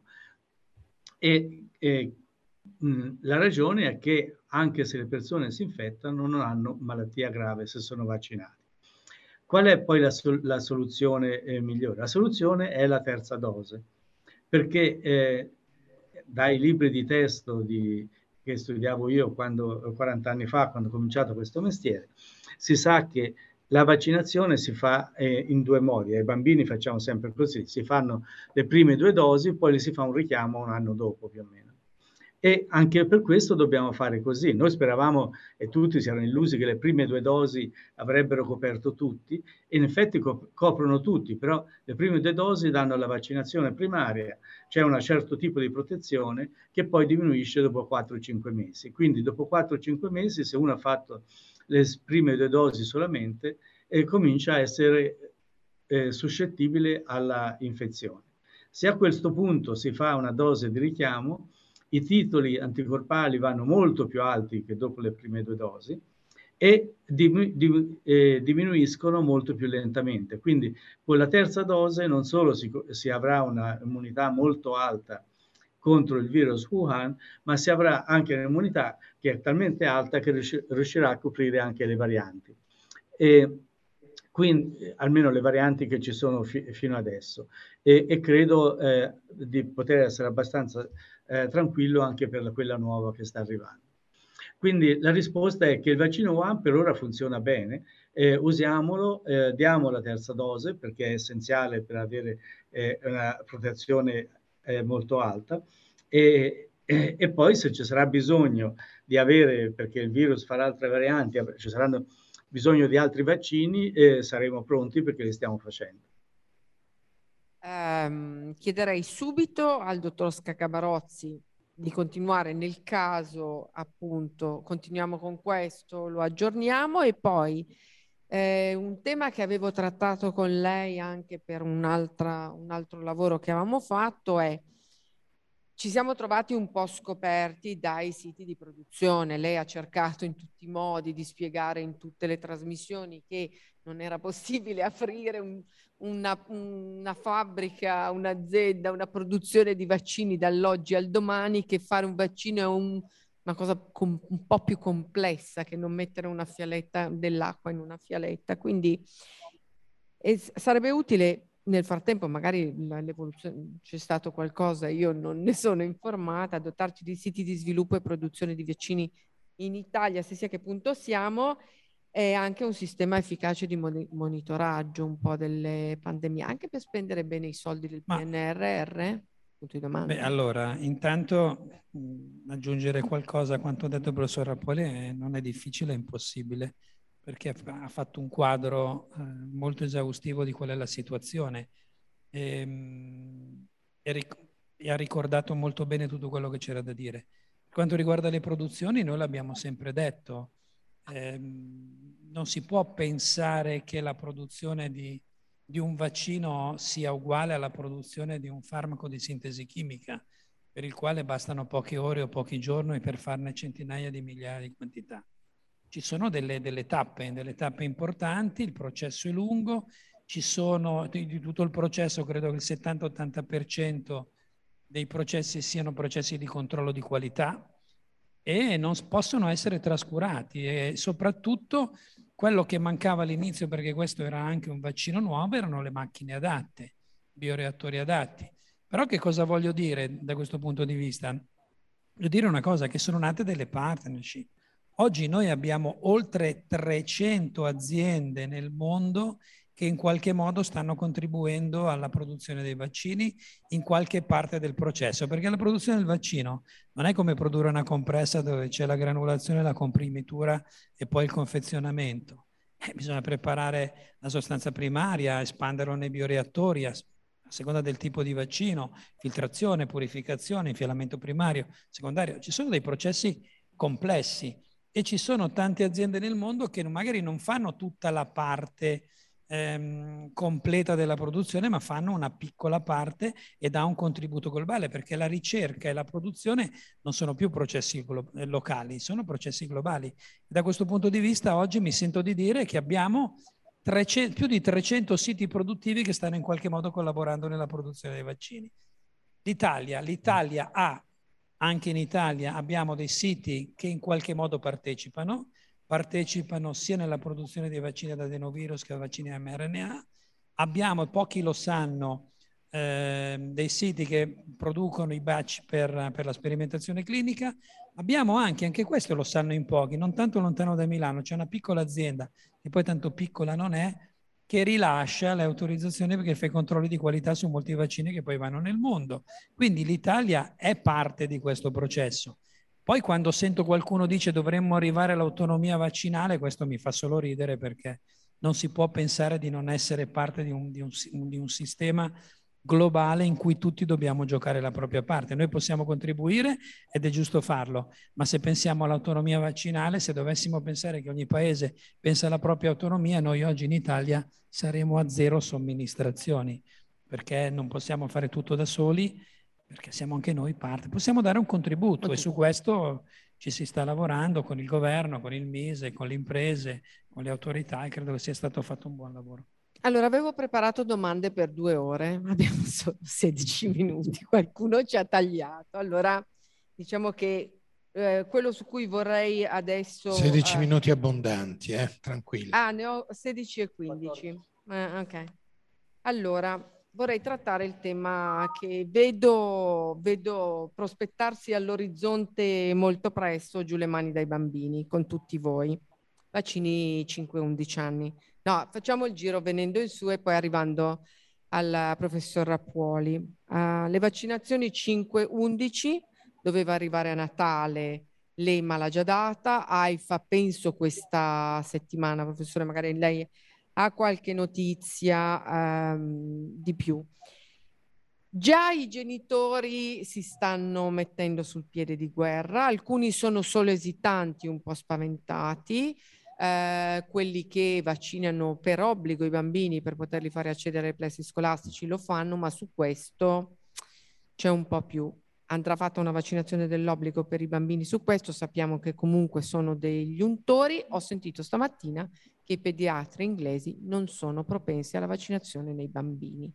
E, e mh, la ragione è che anche se le persone si infettano, non hanno malattia grave se sono vaccinati. Qual è poi la, la soluzione eh, migliore? La soluzione è la terza dose, perché eh, dai libri di testo di, che studiavo io quando, quaranta anni fa, quando ho cominciato questo mestiere, si sa che la vaccinazione si fa eh, in due modi. Ai bambini facciamo sempre così, si fanno le prime due dosi, poi li si fa un richiamo un anno dopo più o meno. E anche per questo dobbiamo fare così. Noi speravamo, e tutti si erano illusi, che le prime due dosi avrebbero coperto tutti, e in effetti cop- coprono tutti, però le prime due dosi danno la vaccinazione primaria, c'è un certo tipo di protezione che poi diminuisce dopo quattro cinque mesi. Quindi dopo quattro cinque mesi, se uno ha fatto le prime due dosi solamente, eh, comincia a essere eh, suscettibile alla infezione. Se a questo punto si fa una dose di richiamo, i titoli anticorpali vanno molto più alti che dopo le prime due dosi e diminu- eh, diminuiscono molto più lentamente. Quindi con la terza dose non solo si, si avrà una immunità molto alta contro il virus Wuhan, ma si avrà anche un'immunità che è talmente alta che riuscirà a coprire anche le varianti. E quindi, almeno le varianti che ci sono fi- fino adesso. E, e credo eh, di poter essere abbastanza eh, tranquillo anche per la, quella nuova che sta arrivando. Quindi la risposta è che il vaccino Wuhan per ora funziona bene, eh, usiamolo, eh, diamo la terza dose perché è essenziale per avere eh, una protezione eh, molto alta e, e, e poi se ci sarà bisogno di avere, perché il virus farà altre varianti, ci saranno bisogno di altri vaccini, eh, saremo pronti perché li stiamo facendo. Um, chiederei subito al dottor Scaccabarozzi di continuare nel caso, appunto, continuiamo con questo, lo aggiorniamo e poi eh, un tema che avevo trattato con lei anche per un'altra, un altro lavoro che avevamo fatto è ci siamo trovati un po' scoperti dai siti di produzione. Lei ha cercato in tutti i modi di spiegare in tutte le trasmissioni che non era possibile aprire un, una, una fabbrica, un'azienda, una produzione di vaccini dall'oggi al domani, che fare un vaccino è un, una cosa com, un po' più complessa che non mettere una fialetta dell'acqua in una fialetta. Quindi e sarebbe utile nel frattempo, magari l'evoluzione c'è stato qualcosa, io non ne sono informata, dotarci di siti di sviluppo e produzione di vaccini in Italia, se sia a che punto siamo, e anche un sistema efficace di monitoraggio un po' delle pandemie, anche per spendere bene i soldi del Ma, P N R R? Punto di domanda. Beh, allora, intanto mh, aggiungere qualcosa a quanto ha detto il professor Rapoli eh, non è difficile, è impossibile, perché ha fatto un quadro eh, molto esaustivo di qual è la situazione e, mh, e, ric- e ha ricordato molto bene tutto quello che c'era da dire. Per quanto riguarda le produzioni, noi l'abbiamo sempre detto, ehm, non si può pensare che la produzione di di un vaccino sia uguale alla produzione di un farmaco di sintesi chimica, per il quale bastano poche ore o pochi giorni per farne centinaia di migliaia di quantità. Ci sono delle, delle tappe, delle tappe importanti, il processo è lungo, ci sono, di, di tutto il processo, credo che il settanta ottanta per cento dei processi siano processi di controllo di qualità e non possono essere trascurati e soprattutto quello che mancava all'inizio, perché questo era anche un vaccino nuovo, erano le macchine adatte, bioreattori adatti. Però che cosa voglio dire da questo punto di vista? Voglio dire una cosa, che sono nate delle partnership. Oggi noi abbiamo oltre trecento aziende nel mondo che in qualche modo stanno contribuendo alla produzione dei vaccini in qualche parte del processo, perché la produzione del vaccino non è come produrre una compressa dove c'è la granulazione, la comprimitura e poi il confezionamento. Eh, bisogna preparare la sostanza primaria, espanderlo nei bioreattori, a, a seconda del tipo di vaccino, filtrazione, purificazione, infialamento primario, secondario. Ci sono dei processi complessi e ci sono tante aziende nel mondo che magari non fanno tutta la parte ehm, completa della produzione, ma fanno una piccola parte e dà un contributo globale, perché la ricerca e la produzione non sono più processi locali, sono processi globali. Da questo punto di vista oggi mi sento di dire che abbiamo trecento, più di trecento siti produttivi che stanno in qualche modo collaborando nella produzione dei vaccini. L'Italia, l'Italia ha, anche in Italia abbiamo dei siti che in qualche modo partecipano, partecipano sia nella produzione dei vaccini ad adenovirus che a vaccini mRNA. Abbiamo, pochi lo sanno, eh, dei siti che producono i batch per, per la sperimentazione clinica. Abbiamo anche, anche questo lo sanno in pochi, non tanto lontano da Milano, c'è una piccola azienda, che poi tanto piccola non è, che rilascia le autorizzazioni perché fa i controlli di qualità su molti vaccini che poi vanno nel mondo. Quindi l'Italia è parte di questo processo. Poi quando sento qualcuno dice dovremmo arrivare all'autonomia vaccinale, questo mi fa solo ridere, perché non si può pensare di non essere parte di un, di un, di un sistema globale in cui tutti dobbiamo giocare la propria parte. Noi possiamo contribuire ed è giusto farlo, ma se pensiamo all'autonomia vaccinale, se dovessimo pensare che ogni paese pensa alla propria autonomia, noi oggi in Italia saremo a zero somministrazioni, perché non possiamo fare tutto da soli, perché siamo anche noi parte. Possiamo dare un contributo okay. E su questo ci si sta lavorando con il governo, con il Mise, con le imprese, con le autorità, e credo che sia stato fatto un buon lavoro. Allora, avevo preparato domande per due ore, abbiamo solo sedici minuti, qualcuno ci ha tagliato. Allora, diciamo che eh, quello su cui vorrei adesso... sedici eh... minuti abbondanti, eh? Tranquilli. Ah, ne ho sedici e quindici. Eh, ok. Allora, vorrei trattare il tema che vedo, vedo prospettarsi all'orizzonte molto presto, giù le mani dai bambini, con tutti voi. Vaccini cinque undici anni. No, facciamo il giro venendo in su e poi arrivando al professor Rappuoli. Uh, le vaccinazioni cinque undici doveva arrivare a Natale, l'EMA l'ha già data, AIFA penso questa settimana, professore, magari lei ha qualche notizia um, di più. Già i genitori si stanno mettendo sul piede di guerra, alcuni sono solo esitanti, un po' spaventati, eh, quelli che vaccinano per obbligo i bambini per poterli fare accedere ai plessi scolastici lo fanno, ma su questo c'è un po' più. Andrà fatta una vaccinazione dell'obbligo per i bambini su questo, sappiamo che comunque sono degli untori. Ho sentito stamattina che i pediatri inglesi non sono propensi alla vaccinazione nei bambini.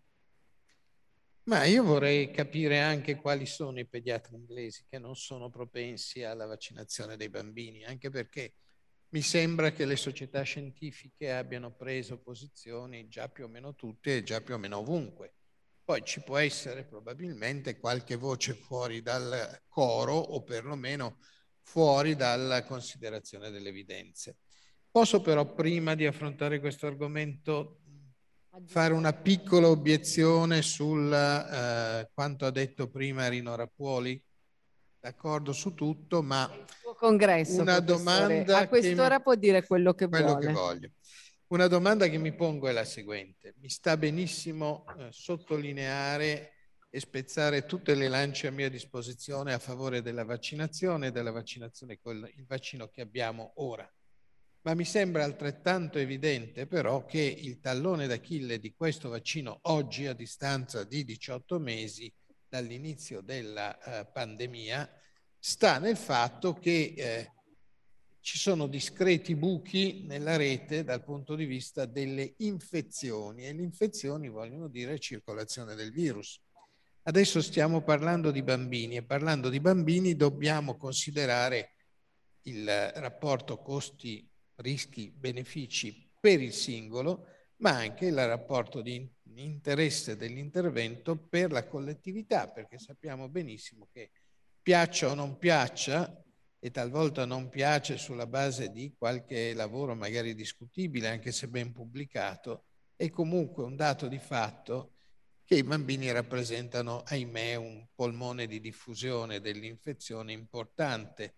Ma io vorrei capire anche quali sono i pediatri inglesi che non sono propensi alla vaccinazione dei bambini, anche perché mi sembra che le società scientifiche abbiano preso posizioni già più o meno tutte e già più o meno ovunque. Poi ci può essere probabilmente qualche voce fuori dal coro o perlomeno fuori dalla considerazione delle evidenze. Posso però, prima di affrontare questo argomento, fare una piccola obiezione sul eh, quanto ha detto prima Rino Rappuoli? D'accordo su tutto, ma il suo congresso, una professore. domanda a quest'ora mi... può dire quello che quello vuole. Che voglio. Una domanda che mi pongo è la seguente. Mi sta benissimo eh, sottolineare e spezzare tutte le lance a mia disposizione a favore della vaccinazione e della vaccinazione con il vaccino che abbiamo ora. Ma mi sembra altrettanto evidente però che il tallone d'Achille di questo vaccino oggi, a distanza di diciotto mesi dall'inizio della eh, pandemia, sta nel fatto che eh, ci sono discreti buchi nella rete dal punto di vista delle infezioni, e le infezioni vogliono dire circolazione del virus. Adesso stiamo parlando di bambini e parlando di bambini dobbiamo considerare il rapporto costi rischi, benefici per il singolo, ma anche il rapporto di interesse dell'intervento per la collettività, perché sappiamo benissimo che piaccia o non piaccia, e talvolta non piace sulla base di qualche lavoro magari discutibile, anche se ben pubblicato, è comunque un dato di fatto che i bambini rappresentano, ahimè, un polmone di diffusione dell'infezione importante.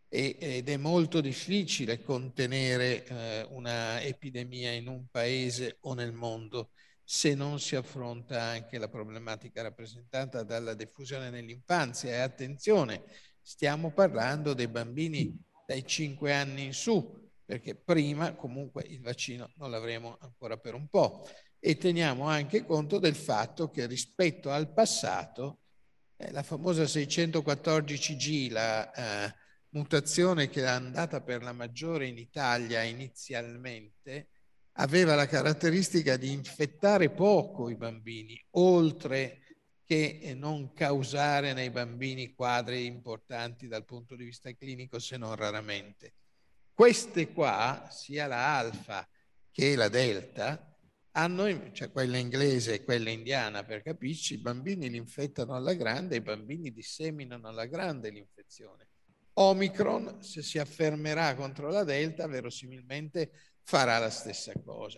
Ed è molto difficile contenere eh, una epidemia in un paese o nel mondo se non si affronta anche la problematica rappresentata dalla diffusione nell'infanzia. E attenzione, stiamo parlando dei bambini dai cinque anni in su, perché prima comunque il vaccino non l'avremo ancora per un po'. E teniamo anche conto del fatto che rispetto al passato, eh, la famosa seicentoquattordici G, la eh, mutazione che è andata per la maggiore in Italia inizialmente, aveva la caratteristica di infettare poco i bambini, oltre che non causare nei bambini quadri importanti dal punto di vista clinico, se non raramente. Queste qua, sia la alfa che la delta, hanno, cioè quella inglese e quella indiana per capirci, i bambini li infettano alla grande, i bambini disseminano alla grande l'infezione. Omicron, se si affermerà contro la Delta, verosimilmente farà la stessa cosa.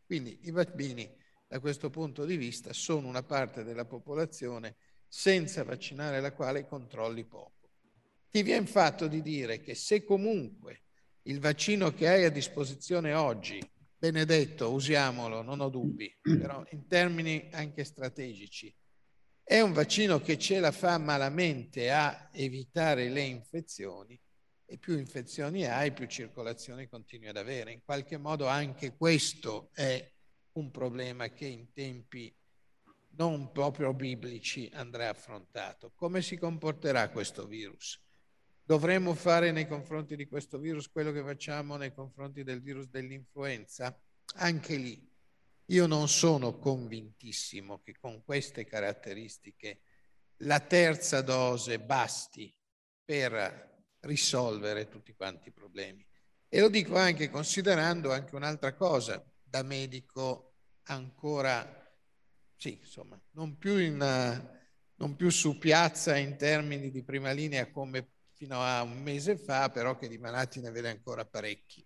Quindi i bambini da questo punto di vista sono una parte della popolazione senza vaccinare la quale controlli poco. Ti viene fatto di dire che se comunque il vaccino che hai a disposizione oggi, benedetto, usiamolo, non ho dubbi, però in termini anche strategici, è un vaccino che ce la fa malamente a evitare le infezioni, e più infezioni hai, più circolazione continui ad avere. In qualche modo anche questo è un problema che in tempi non proprio biblici andrà affrontato. Come si comporterà questo virus? Dovremmo fare nei confronti di questo virus quello che facciamo nei confronti del virus dell'influenza? Anche lì io non sono convintissimo che con queste caratteristiche la terza dose basti per risolvere tutti quanti i problemi. E lo dico anche considerando anche un'altra cosa, da medico ancora, sì, insomma, non più, in, non più su piazza in termini di prima linea come fino a un mese fa, però che di malati ne vede ancora parecchi.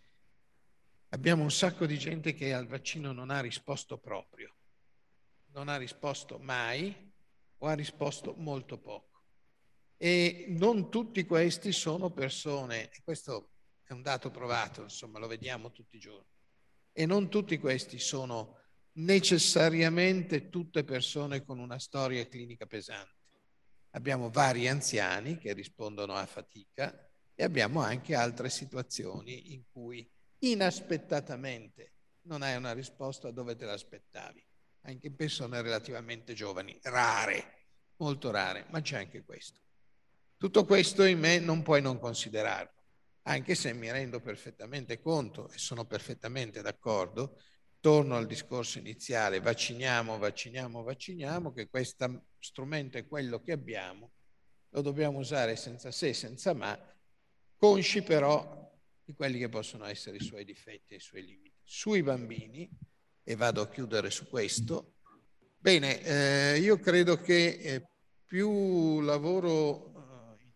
Abbiamo un sacco di gente che al vaccino non ha risposto proprio, non ha risposto mai o ha risposto molto poco. E non tutti questi sono persone, e questo è un dato provato, insomma, lo vediamo tutti i giorni, e non tutti questi sono necessariamente tutte persone con una storia clinica pesante. Abbiamo vari anziani che rispondono a fatica e abbiamo anche altre situazioni in cui inaspettatamente non hai una risposta dove te l'aspettavi, anche in persone relativamente giovani, rare, molto rare, ma c'è anche questo. Tutto questo in me non puoi non considerarlo, anche se mi rendo perfettamente conto e sono perfettamente d'accordo, torno al discorso iniziale, vacciniamo, vacciniamo, vacciniamo, che questo strumento è quello che abbiamo, lo dobbiamo usare senza se, senza ma, consci però di quelli che possono essere i suoi difetti e i suoi limiti. Sui bambini, e vado a chiudere su questo, bene, eh, io credo che eh, più lavoro eh,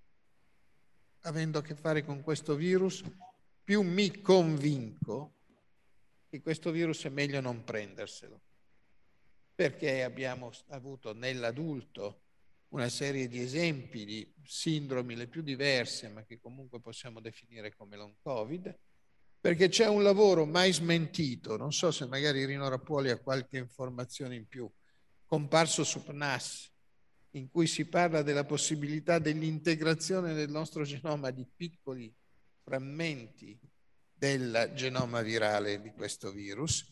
avendo a che fare con questo virus, più mi convinco che questo virus è meglio non prenderselo, perché abbiamo avuto nell'adulto una serie di esempi di sindromi le più diverse, ma che comunque possiamo definire come long Covid, perché c'è un lavoro mai smentito, non so se magari Rino Rappuoli ha qualche informazione in più, comparso su P N A S, in cui si parla della possibilità dell'integrazione del nostro genoma di piccoli frammenti del genoma virale di questo virus.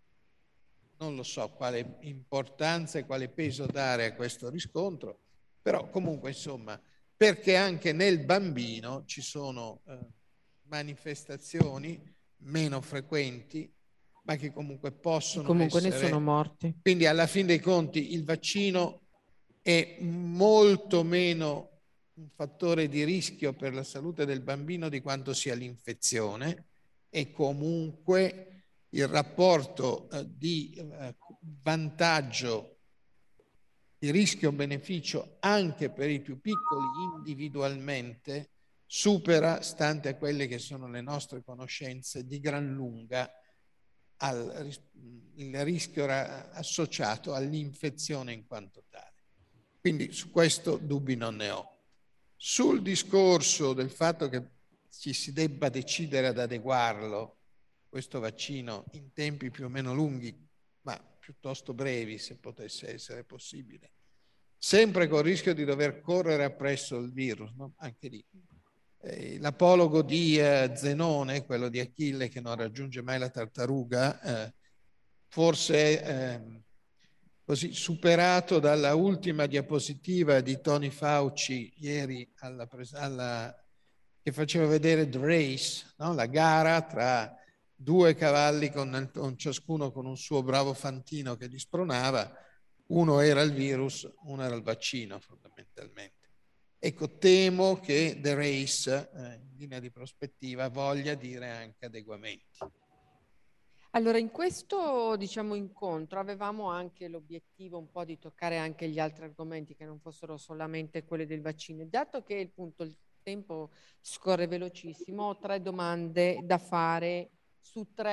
Non lo so quale importanza e quale peso dare a questo riscontro, però comunque insomma, perché anche nel bambino ci sono eh, manifestazioni meno frequenti, ma che comunque possono comunque essere... ne sono morti. Quindi alla fin dei conti il vaccino è molto meno un fattore di rischio per la salute del bambino di quanto sia l'infezione, e comunque il rapporto eh, di eh, vantaggio, di rischio-beneficio anche per i più piccoli individualmente supera, stante a quelle che sono le nostre conoscenze, di gran lunga al, il rischio associato all'infezione in quanto tale. Quindi su questo dubbi non ne ho. Sul discorso del fatto che ci si debba decidere ad adeguarlo, questo vaccino, in tempi più o meno lunghi, ma piuttosto brevi, se potesse essere possibile, sempre col rischio di dover correre appresso il virus, no? Anche lì. Eh, l'apologo di eh, Zenone, quello di Achille che non raggiunge mai la tartaruga, eh, forse eh, così superato dalla ultima diapositiva di Tony Fauci ieri alla, alla, che faceva vedere The Race, no? La gara tra due cavalli con, con ciascuno con un suo bravo fantino che li spronava. Uno era il virus, uno era il vaccino fondamentalmente. Ecco, temo che The Race, eh, in linea di prospettiva, voglia dire anche adeguamenti. Allora, in questo, diciamo, incontro avevamo anche l'obiettivo un po' di toccare anche gli altri argomenti che non fossero solamente quelli del vaccino. Dato che appunto il tempo scorre velocissimo, ho tre domande da fare su tre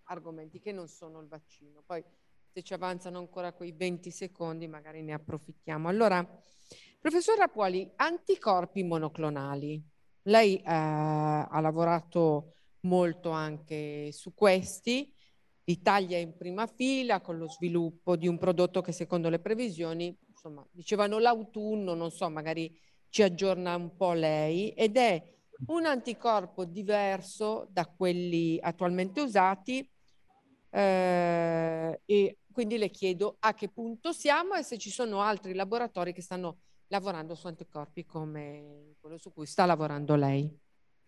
argomenti che non sono il vaccino. Poi se ci avanzano ancora quei venti secondi magari ne approfittiamo. Allora, professor Rapuoli, anticorpi monoclonali. Lei eh, ha lavorato molto anche su questi. L'Italia è in prima fila con lo sviluppo di un prodotto che secondo le previsioni, insomma, dicevano l'autunno, non so, magari ci aggiorna un po' lei, ed è un anticorpo diverso da quelli attualmente usati eh, e quindi le chiedo a che punto siamo e se ci sono altri laboratori che stanno lavorando su anticorpi come quello su cui sta lavorando lei.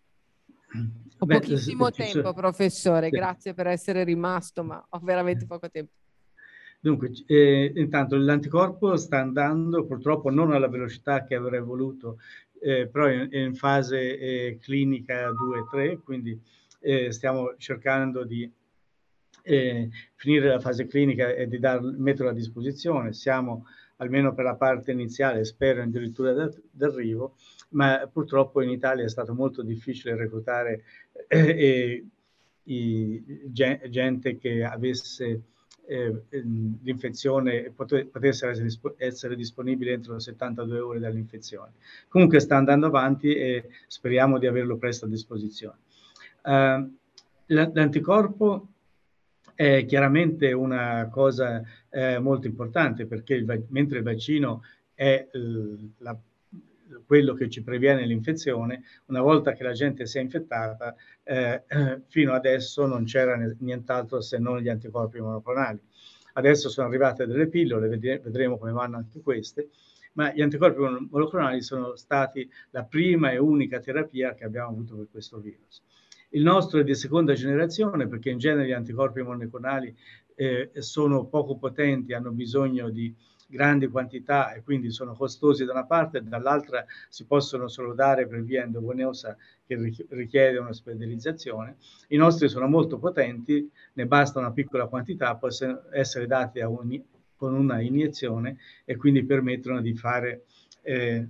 Ho Beh, pochissimo tempo, sono... professore, sì. Grazie per essere rimasto, ma ho veramente poco tempo. Dunque, eh, intanto l'anticorpo sta andando purtroppo non alla velocità che avrei voluto, eh, però è in, è in fase eh, clinica due tre, quindi eh, stiamo cercando di eh, finire la fase clinica e di dar, metterlo a disposizione. Siamo almeno per la parte iniziale, spero addirittura d'arrivo, ma purtroppo in Italia è stato molto difficile reclutare eh, i, gente che avesse eh, l'infezione e potesse essere, essere disponibile entro settantadue ore dall'infezione. Comunque sta andando avanti e speriamo di averlo presto a disposizione. Uh, l'anticorpo è chiaramente una cosa eh, molto importante perché il, mentre il vaccino è eh, la, quello che ci previene l'infezione, una volta che la gente si è infettata, eh, fino adesso non c'era nient'altro se non gli anticorpi monoclonali. Adesso sono arrivate delle pillole, vedremo come vanno anche queste, ma gli anticorpi monoclonali sono stati la prima e unica terapia che abbiamo avuto per questo virus. Il nostro è di seconda generazione perché in genere gli anticorpi monoclonali eh, sono poco potenti, hanno bisogno di grandi quantità e quindi sono costosi da una parte e dall'altra si possono solo dare per via endovenosa che richiede un'ospedalizzazione. I nostri sono molto potenti, ne basta una piccola quantità, possono essere dati a un, con una iniezione e quindi permettono di fare eh,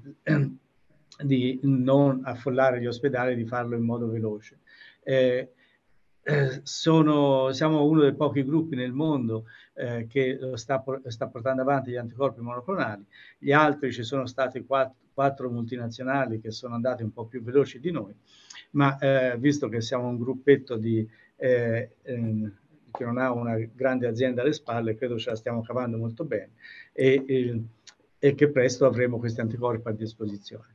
di non affollare gli ospedali, di farlo in modo veloce. Eh, eh, sono, siamo uno dei pochi gruppi nel mondo eh, che sta, sta portando avanti gli anticorpi monoclonali. Gli altri ci sono stati quattro, quattro multinazionali che sono andati un po' più veloci di noi, ma eh, visto che siamo un gruppetto di, eh, eh, che non ha una grande azienda alle spalle, credo ce la stiamo cavando molto bene e, e, e che presto avremo questi anticorpi a disposizione.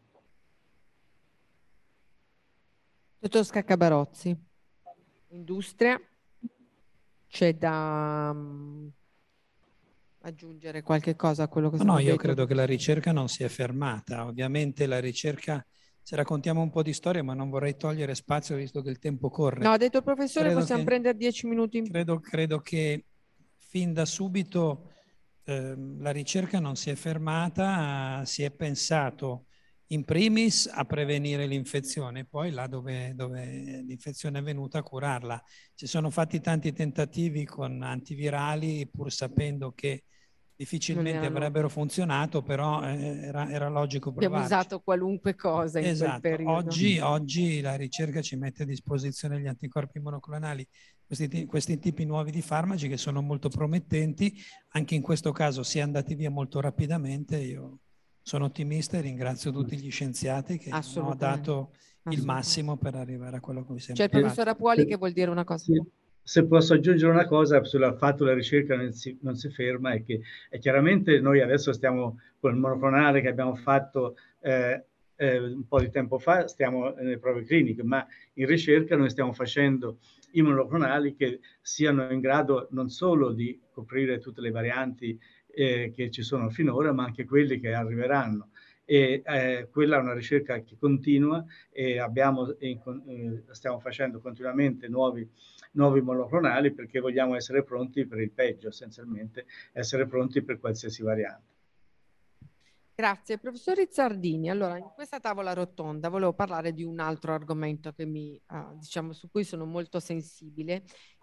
Dottor Scaccabarozzi, industria, c'è da um, aggiungere qualche cosa a quello che è stato no, detto? No, io credo che la ricerca non si è fermata. Ovviamente la ricerca, se raccontiamo un po' di storia, ma non vorrei togliere spazio visto che il tempo corre. No, ha detto il professore, credo possiamo che, prendere dieci minuti in credo, credo che fin da subito eh, la ricerca non si è fermata, si è pensato in primis a prevenire l'infezione, poi là dove, dove l'infezione è venuta a curarla. Si sono fatti tanti tentativi con antivirali pur sapendo che difficilmente avrebbero funzionato, però eh, era, era logico provarci. Abbiamo usato qualunque cosa in esatto. quel periodo. Oggi, oggi la ricerca ci mette a disposizione gli anticorpi monoclonali, questi, questi tipi nuovi di farmaci che sono molto promettenti. Anche in questo caso si è andati via molto rapidamente. Io sono ottimista e ringrazio tutti gli scienziati che hanno dato il massimo per arrivare a quello che mi sembra. C'è il professor Rapuoli che vuol dire una cosa. Sì. Se posso aggiungere una cosa sul fatto che la ricerca non si, non si ferma, è che è chiaramente noi adesso stiamo con il monoclonale che abbiamo fatto eh, eh, un po' di tempo fa, stiamo nelle prove cliniche, ma in ricerca noi stiamo facendo i monoclonali che siano in grado non solo di coprire tutte le varianti eh, che ci sono finora, ma anche quelli che arriveranno. E eh, quella è una ricerca che continua e abbiamo, eh, stiamo facendo continuamente nuovi, nuovi monoclonali perché vogliamo essere pronti per il peggio, essenzialmente essere pronti per qualsiasi variante. Grazie. Professor Rizzardini, allora in questa tavola rotonda volevo parlare di un altro argomento che mi, uh, diciamo, su cui sono molto sensibile,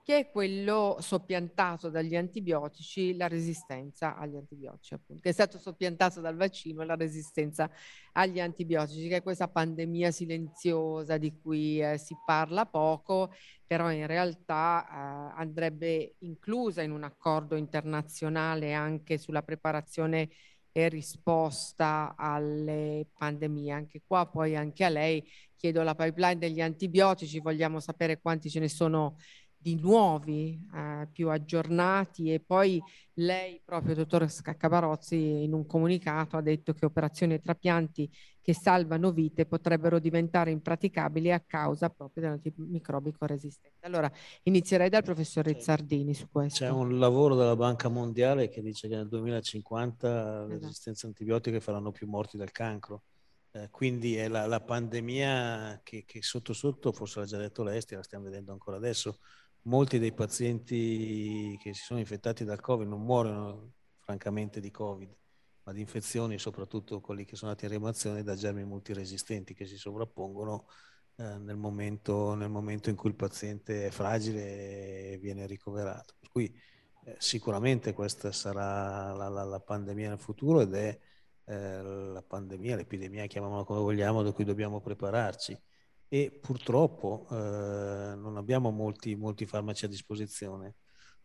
che è quello soppiantato dagli antibiotici, la resistenza agli antibiotici, appunto, che è stato soppiantato dal vaccino, la resistenza agli antibiotici, che è questa pandemia silenziosa di cui eh, si parla poco, però in realtà eh, andrebbe inclusa in un accordo internazionale anche sulla preparazione e risposta alle pandemie. Anche qua poi anche a lei chiedo la pipeline degli antibiotici, vogliamo sapere quanti ce ne sono di nuovi, eh, più aggiornati, e poi lei proprio, dottor Scaccabarozzi, in un comunicato ha detto che operazioni e trapianti che salvano vite potrebbero diventare impraticabili a causa proprio dell'antimicrobico resistente. Allora inizierei dal professor Rizzardini su questo. C'è un lavoro della Banca Mondiale che dice che nel duemilacinquanta le Esatto. resistenze antibiotiche faranno più morti del cancro. Eh, quindi è la, la pandemia che, che sotto sotto, forse l'ha già detto lei, la stiamo vedendo ancora adesso. Molti dei pazienti che si sono infettati dal Covid non muoiono francamente di Covid, ma di infezioni, soprattutto quelli che sono andati in rianimazione, da germi multiresistenti che si sovrappongono eh, nel momento, nel momento in cui il paziente è fragile e viene ricoverato. Per cui eh, sicuramente questa sarà la, la, la pandemia nel futuro, ed è eh, la pandemia, l'epidemia, chiamiamola come vogliamo, da cui dobbiamo prepararci. E purtroppo eh, non abbiamo molti, molti farmaci a disposizione.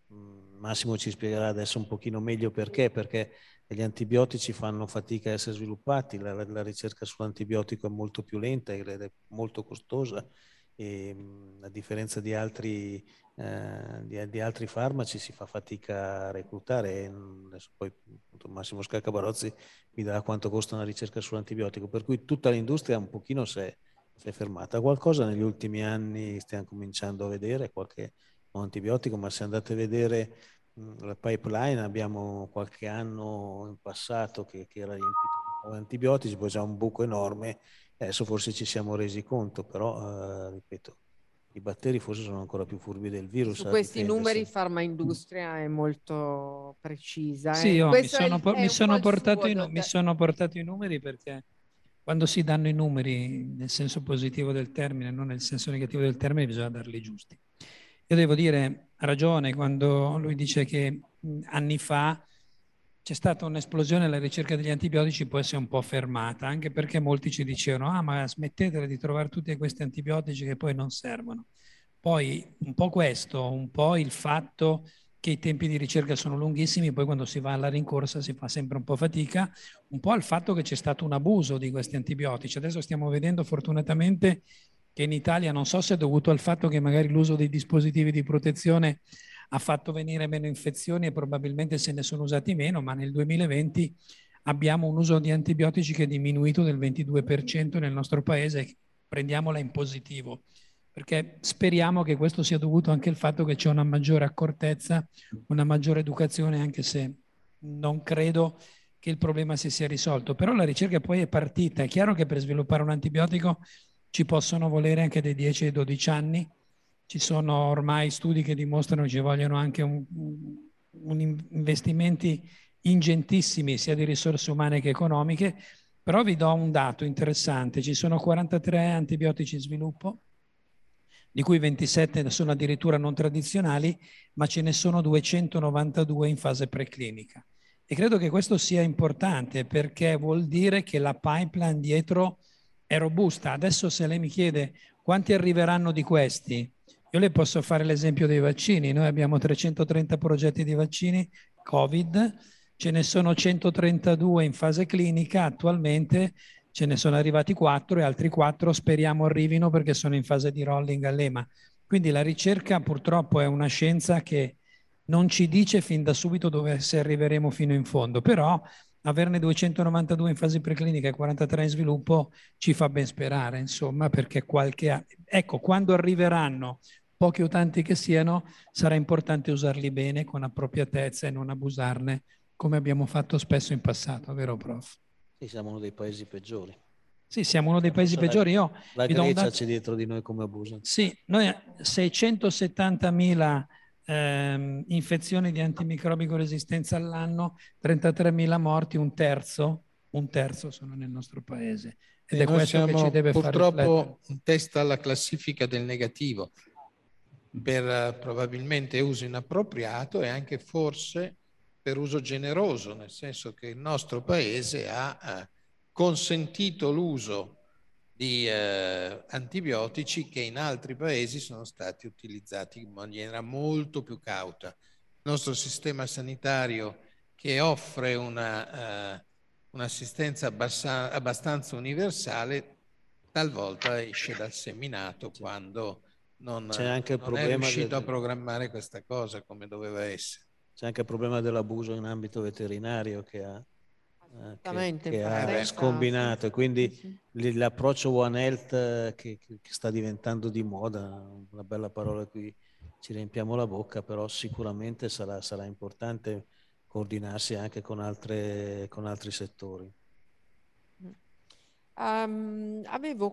Massimo ci spiegherà adesso un pochino meglio perché, perché gli antibiotici fanno fatica a essere sviluppati, la, la ricerca sull'antibiotico è molto più lenta ed è molto costosa, e a differenza di altri, eh, di, di altri farmaci si fa fatica a reclutare. E adesso poi appunto, Massimo Scaccabarozzi mi dirà quanto costa una ricerca sull'antibiotico, per cui tutta l'industria un pochino si è, si è fermata. Qualcosa negli ultimi anni stiamo cominciando a vedere, qualche antibiotico, ma se andate a vedere mh, la pipeline, abbiamo qualche anno in passato che, che era riempito di antibiotici, poi c'è un buco enorme, adesso forse ci siamo resi conto, però eh, ripeto, i batteri forse sono ancora più furbi del virus. Su questi numeri Farmaindustria è molto precisa. Sì, eh. io mi Questo è sono, il- por- è mi un sono po' il portato suo, i nu- mi dottor- sono portato i numeri perché quando si danno i numeri nel senso positivo del termine, non nel senso negativo del termine, bisogna darli giusti. Io devo dire, ha ragione quando lui dice che mh, anni fa c'è stata un'esplosione, la ricerca degli antibiotici può essere un po' fermata, anche perché molti ci dicevano, ah ma smettetela di trovare tutti questi antibiotici che poi non servono. Poi un po' questo, un po' il fatto che i tempi di ricerca sono lunghissimi, poi quando si va alla rincorsa si fa sempre un po' fatica, un po' al fatto che c'è stato un abuso di questi antibiotici. Adesso stiamo vedendo fortunatamente che in Italia, non so se è dovuto al fatto che magari l'uso dei dispositivi di protezione ha fatto venire meno infezioni e probabilmente se ne sono usati meno, ma nel duemilaventi abbiamo un uso di antibiotici che è diminuito del ventidue per cento nel nostro paese, prendiamola in positivo, perché speriamo che questo sia dovuto anche al fatto che c'è una maggiore accortezza, una maggiore educazione, anche se non credo che il problema si sia risolto. Però la ricerca poi è partita. È chiaro che per sviluppare un antibiotico ci possono volere anche dai dieci ai dodici anni. Ci sono ormai studi che dimostrano che ci vogliono anche un, un investimenti ingentissimi sia di risorse umane che economiche. Però vi do un dato interessante. Ci sono quarantatré antibiotici in sviluppo, di cui ventisette sono addirittura non tradizionali, ma ce ne sono duecentonovantadue in fase preclinica. E credo che questo sia importante perché vuol dire che la pipeline dietro è robusta. Adesso se lei mi chiede quanti arriveranno di questi, io le posso fare l'esempio dei vaccini. Noi abbiamo trecentotrenta progetti di vaccini Covid, ce ne sono centotrentadue in fase clinica attualmente. Ce ne sono arrivati quattro e altri quattro speriamo arrivino perché sono in fase di rolling all'E M A. Quindi la ricerca purtroppo è una scienza che non ci dice fin da subito dove se arriveremo fino in fondo, però averne duecentonovantadue in fase preclinica e quarantatré in sviluppo ci fa ben sperare, insomma, perché qualche... Ecco, quando arriveranno, pochi o tanti che siano, sarà importante usarli bene, con appropriatezza e non abusarne, come abbiamo fatto spesso in passato, vero prof? Sì, siamo uno dei paesi peggiori. Sì, siamo uno dei paesi Forse peggiori. Io la, la vi do un Grecia dato... c'è dietro di noi come abuso. Sì, noi seicentosettantamila ehm, infezioni di antimicrobico resistenza all'anno, trentatremila morti, un terzo, un terzo sono nel nostro paese. Ed e è noi questo che ci siamo deve far riflettere. purtroppo in testa alla classifica del negativo. per probabilmente uso inappropriato e anche forse per uso generoso, nel senso che il nostro paese ha eh, consentito l'uso di eh, antibiotici che in altri paesi sono stati utilizzati in maniera molto più cauta. Il nostro sistema sanitario, che offre una, eh, un'assistenza abbastanza universale, talvolta esce dal seminato quando non, C'è anche il non è problema riuscito del- a programmare questa cosa come doveva essere. C'è anche il problema dell'abuso in ambito veterinario che ha, eh, che, Assolutamente, che in ha partenza, scombinato, e quindi sì, sì. l- l'approccio One Health eh, che, che- che sta diventando di moda, una bella parola qui ci riempiamo la bocca, però sicuramente sarà, sarà importante coordinarsi anche con, altre, con altri settori. Um, avevo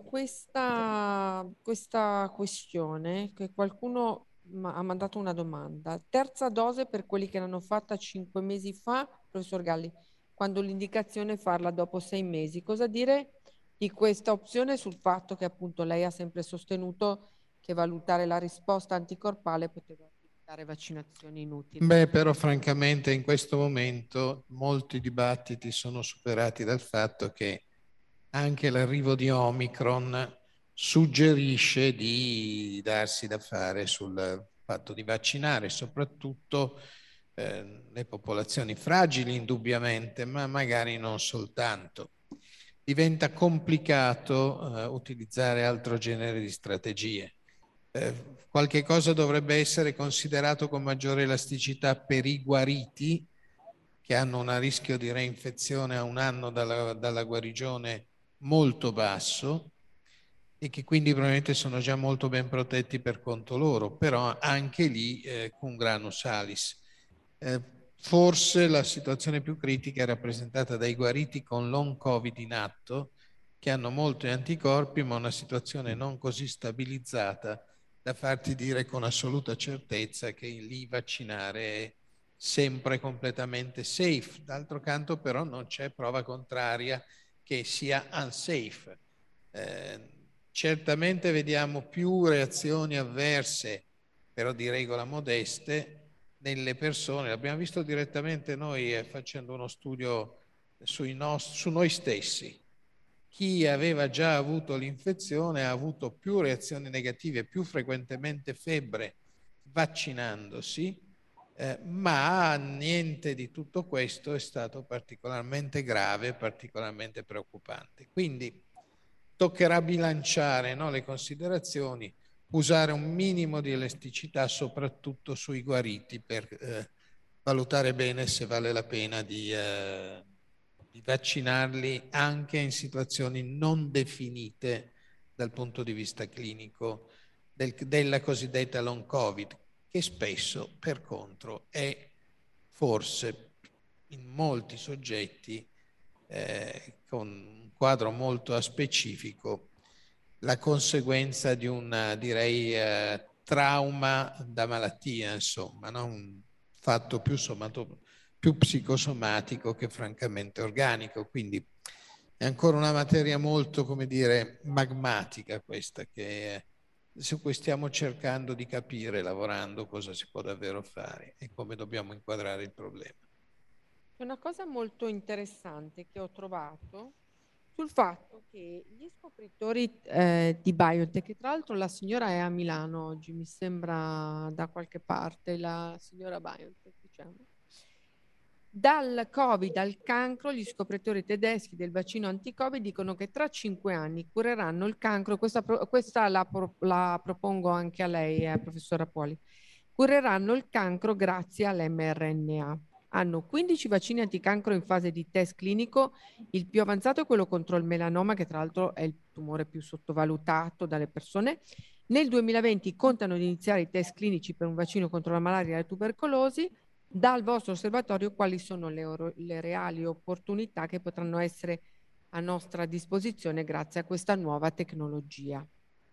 questa, questa questione che qualcuno ma- ha mandato una domanda. Terza dose per quelli che l'hanno fatta cinque mesi fa, professor Galli, quando l'indicazione è farla dopo sei mesi. Cosa dire di questa opzione sul fatto che appunto lei ha sempre sostenuto che valutare la risposta anticorpale poteva evitare vaccinazioni inutili? Beh, però francamente in questo momento molti dibattiti sono superati dal fatto che anche l'arrivo di Omicron suggerisce di darsi da fare sul fatto di vaccinare, soprattutto eh, le popolazioni fragili indubbiamente, ma magari non soltanto. Diventa complicato eh, utilizzare altro genere di strategie. Eh, qualche cosa dovrebbe essere considerato con maggiore elasticità per i guariti, che hanno un rischio di reinfezione a un anno dalla, dalla guarigione molto basso e che quindi probabilmente sono già molto ben protetti per conto loro, però anche lì eh, cum grano salis. Eh, forse la situazione più critica è rappresentata dai guariti con long covid in atto, che hanno molti anticorpi, ma una situazione non così stabilizzata da farti dire con assoluta certezza che lì vaccinare è sempre completamente safe. D'altro canto però non c'è prova contraria che sia unsafe. Eh, certamente vediamo più reazioni avverse, però di regola modeste, nelle persone. L'abbiamo visto direttamente noi eh, facendo uno studio sui nost- su noi stessi. Chi aveva già avuto l'infezione ha avuto più reazioni negative, più frequentemente febbre vaccinandosi, eh, ma niente di tutto questo è stato particolarmente grave, particolarmente preoccupante. Quindi toccherà bilanciare, no, le considerazioni, usare un minimo di elasticità soprattutto sui guariti per eh, valutare bene se vale la pena di, eh, di vaccinarli anche in situazioni non definite dal punto di vista clinico del, della cosiddetta long covid, che spesso per contro è forse in molti soggetti eh, con un quadro molto specifico la conseguenza di un, direi, eh, trauma da malattia, insomma, no? Un fatto più, somato, più psicosomatico che francamente organico. Quindi è ancora una materia molto, come dire, magmatica questa, che, eh, su cui stiamo cercando di capire, lavorando, cosa si può davvero fare e come dobbiamo inquadrare il problema. C'è una cosa molto interessante che ho trovato sul fatto che gli scopritori eh, di BioNTech, che tra l'altro la signora è a Milano oggi, mi sembra da qualche parte, la signora BioNTech, diciamo. Dal Covid al cancro, gli scopritori tedeschi del vaccino anti-Covid dicono che tra cinque anni cureranno il cancro. Questa, questa la, la propongo anche a lei, eh, professora Poli. Cureranno il cancro grazie all'mRNA. Hanno quindici vaccini anticancro in fase di test clinico. Il più avanzato è quello contro il melanoma, che tra l'altro è il tumore più sottovalutato dalle persone. Nel duemilaventi contano di iniziare i test clinici per un vaccino contro la malaria e la tubercolosi. Dal vostro osservatorio, quali sono le, le reali opportunità che potranno essere a nostra disposizione grazie a questa nuova tecnologia?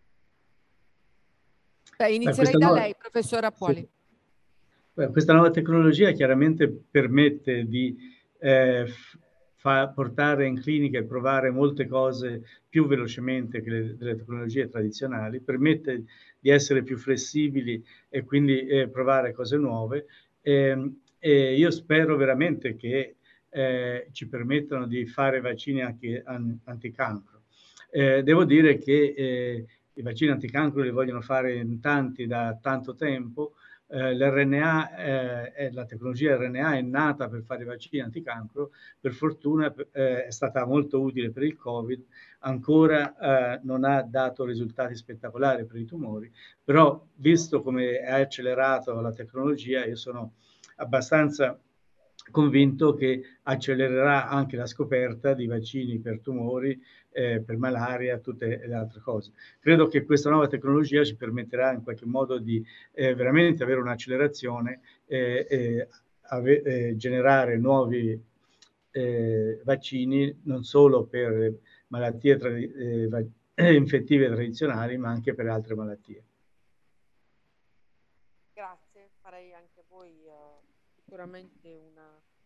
Beh, inizierei da nuova... lei, professora Poli. Sì. Beh, questa nuova tecnologia chiaramente permette di eh, fa portare in clinica e provare molte cose più velocemente che le, delle tecnologie tradizionali, permette di essere più flessibili e quindi eh, provare cose nuove. E, e io spero veramente che eh, ci permettano di fare vaccini anche an, anticancro. Eh, devo dire che eh, i vaccini anticancro li vogliono fare in tanti da tanto tempo. Eh, l'R N A, eh, la tecnologia R N A è nata per fare i vaccini anticancro, per fortuna eh, è stata molto utile per il Covid, ancora eh, non ha dato risultati spettacolari per i tumori, però visto come è accelerato la tecnologia, io sono abbastanza convinto che accelererà anche la scoperta di vaccini per tumori, eh, per malaria, tutte le altre cose. Credo che questa nuova tecnologia ci permetterà in qualche modo di eh, veramente avere un'accelerazione e eh, ave- eh, generare nuovi eh, vaccini non solo per malattie tra- eh, va- infettive tradizionali, ma anche per altre malattie. Grazie, farei anche voi uh, sicuramente una,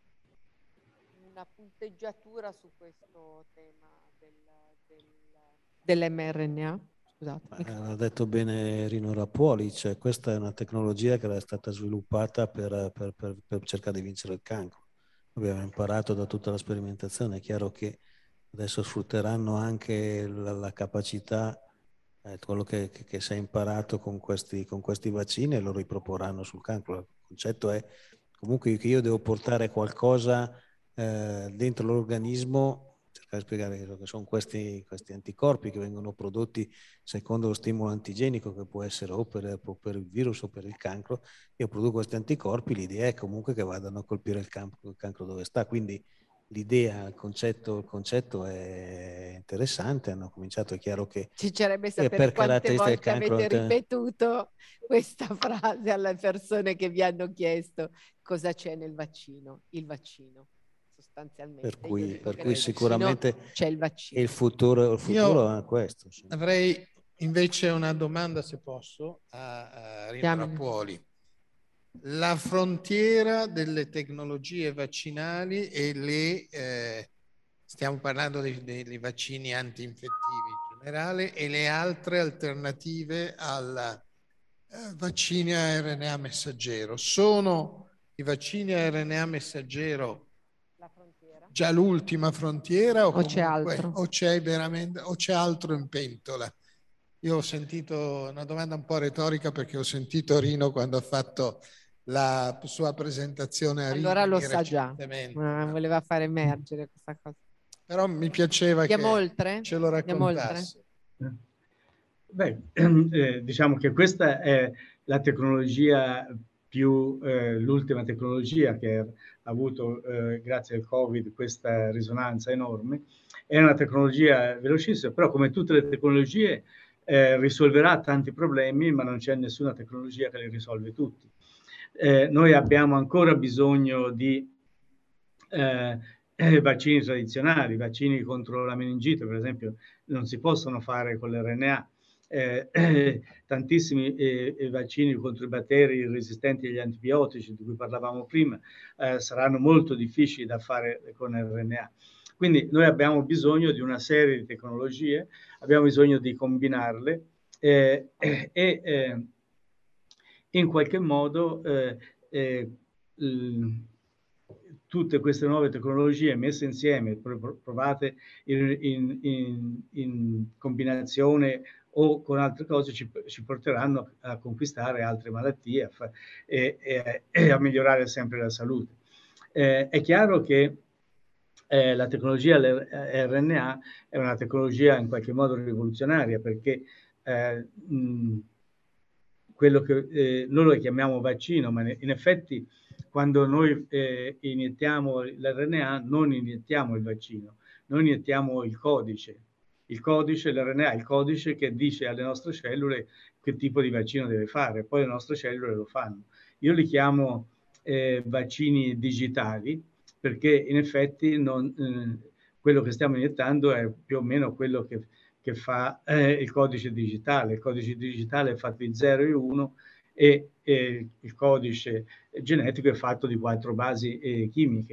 una punteggiatura su questo tema del, del, dell'mRNA. Scusate. Ha detto bene Rino Rappuoli, cioè questa è una tecnologia che era stata sviluppata per, per, per, per cercare di vincere il cancro. Abbiamo imparato da tutta la sperimentazione, è chiaro che adesso sfrutteranno anche la, la capacità, eh, quello che, che, che si è imparato con questi, con questi vaccini e lo riproporranno sul cancro. Il concetto è comunque che io devo portare qualcosa eh, dentro l'organismo, cercare di spiegare che sono questi, questi anticorpi che vengono prodotti secondo lo stimolo antigenico, che può essere o per, o per il virus o per il cancro. Io produco questi anticorpi, l'idea è comunque che vadano a colpire il cancro, il cancro dove sta, quindi l'idea, il concetto, il concetto è interessante. Hanno cominciato, è chiaro che ci piacerebbe sapere per quante volte cancro, avete ripetuto questa frase alle persone che vi hanno chiesto cosa c'è nel vaccino, il vaccino sostanzialmente. Per cui, per cui nel sicuramente c'è il vaccino. Il futuro, il futuro Io è questo. Sì. Avrei invece una domanda, se posso, a, a Rino Rappuoli. La frontiera delle tecnologie vaccinali e le, eh, stiamo parlando dei, dei vaccini antinfettivi in generale, e le altre alternative al eh, vaccini a R N A messaggero. Sono i vaccini a R N A messaggero la frontiera? Già l'ultima frontiera o, o c'è altro? O c'è veramente, o c'è altro in pentola? Io ho sentito una domanda un po' retorica, perché ho sentito Rino quando ha fatto la sua presentazione a Rimini. Allora lo sa già, ma voleva far emergere questa cosa. Però mi piaceva Andiamo che oltre? ce lo raccontasse. Beh, eh, diciamo che questa è la tecnologia più, eh, l'ultima tecnologia che ha avuto, eh, grazie al Covid, questa risonanza enorme. È una tecnologia velocissima, però come tutte le tecnologie eh, risolverà tanti problemi, ma non c'è nessuna tecnologia che li risolve tutti. Eh, noi abbiamo ancora bisogno di eh, eh, vaccini tradizionali, vaccini contro la meningite, per esempio, non si possono fare con l'R N A. Eh, eh, tantissimi eh, vaccini contro i batteri resistenti agli antibiotici, di cui parlavamo prima, eh, saranno molto difficili da fare con l'R N A. Quindi noi abbiamo bisogno di una serie di tecnologie, abbiamo bisogno di combinarle eh, eh, e eh, in qualche modo eh, eh, tutte queste nuove tecnologie messe insieme, provate in, in, in, in combinazione o con altre cose, ci, ci porteranno a conquistare altre malattie a fa, e, e, e a migliorare sempre la salute. Eh, è chiaro che eh, la tecnologia R N A è una tecnologia in qualche modo rivoluzionaria, perché eh, mh, quello che eh, noi lo chiamiamo vaccino, ma in effetti quando noi eh, iniettiamo l'R N A non iniettiamo il vaccino, noi iniettiamo il codice. Il codice, l'R N A, il codice che dice alle nostre cellule che tipo di vaccino deve fare, poi le nostre cellule lo fanno. Io li chiamo eh, vaccini digitali, perché in effetti non, eh, quello che stiamo iniettando è più o meno quello che, che fa eh, il codice digitale. Il codice digitale è fatto di zero e uno e, e il codice genetico è fatto di quattro basi eh, chimiche.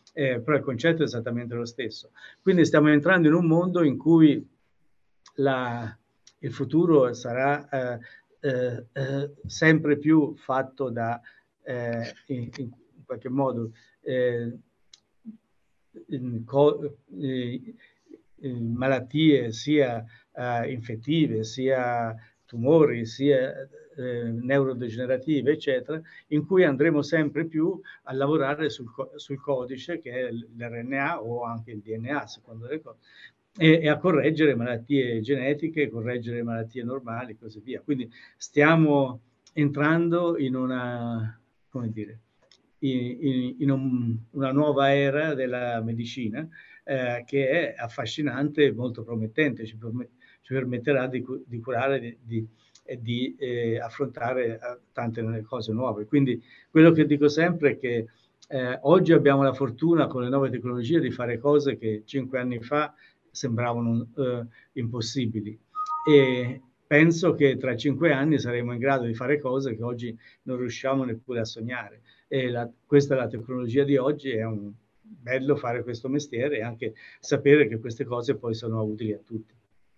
eh, però il concetto è esattamente lo stesso. Quindi stiamo entrando in un mondo in cui la, il futuro sarà eh, eh, eh, sempre più fatto da, eh, in, in qualche modo, eh, in co, in, in malattie sia eh, infettive, sia tumori, sia eh, neurodegenerative, eccetera, in cui andremo sempre più a lavorare sul, sul codice che è l'R N A o anche il D N A, secondo le cose, e, e a correggere malattie genetiche, correggere malattie normali e così via. Quindi stiamo entrando in una, come dire, in, in un, una nuova era della medicina eh, che è affascinante e molto promettente, ci, permet, ci permetterà di, di curare, di, di, di eh, affrontare tante cose nuove. Quindi quello che dico sempre è che eh, oggi abbiamo la fortuna con le nuove tecnologie di fare cose che cinque anni fa sembravano eh, impossibili, e penso che tra cinque anni saremo in grado di fare cose che oggi non riusciamo neppure a sognare. E la, questa è la tecnologia di oggi, è un bello fare questo mestiere e anche sapere che queste cose poi sono utili a tutti.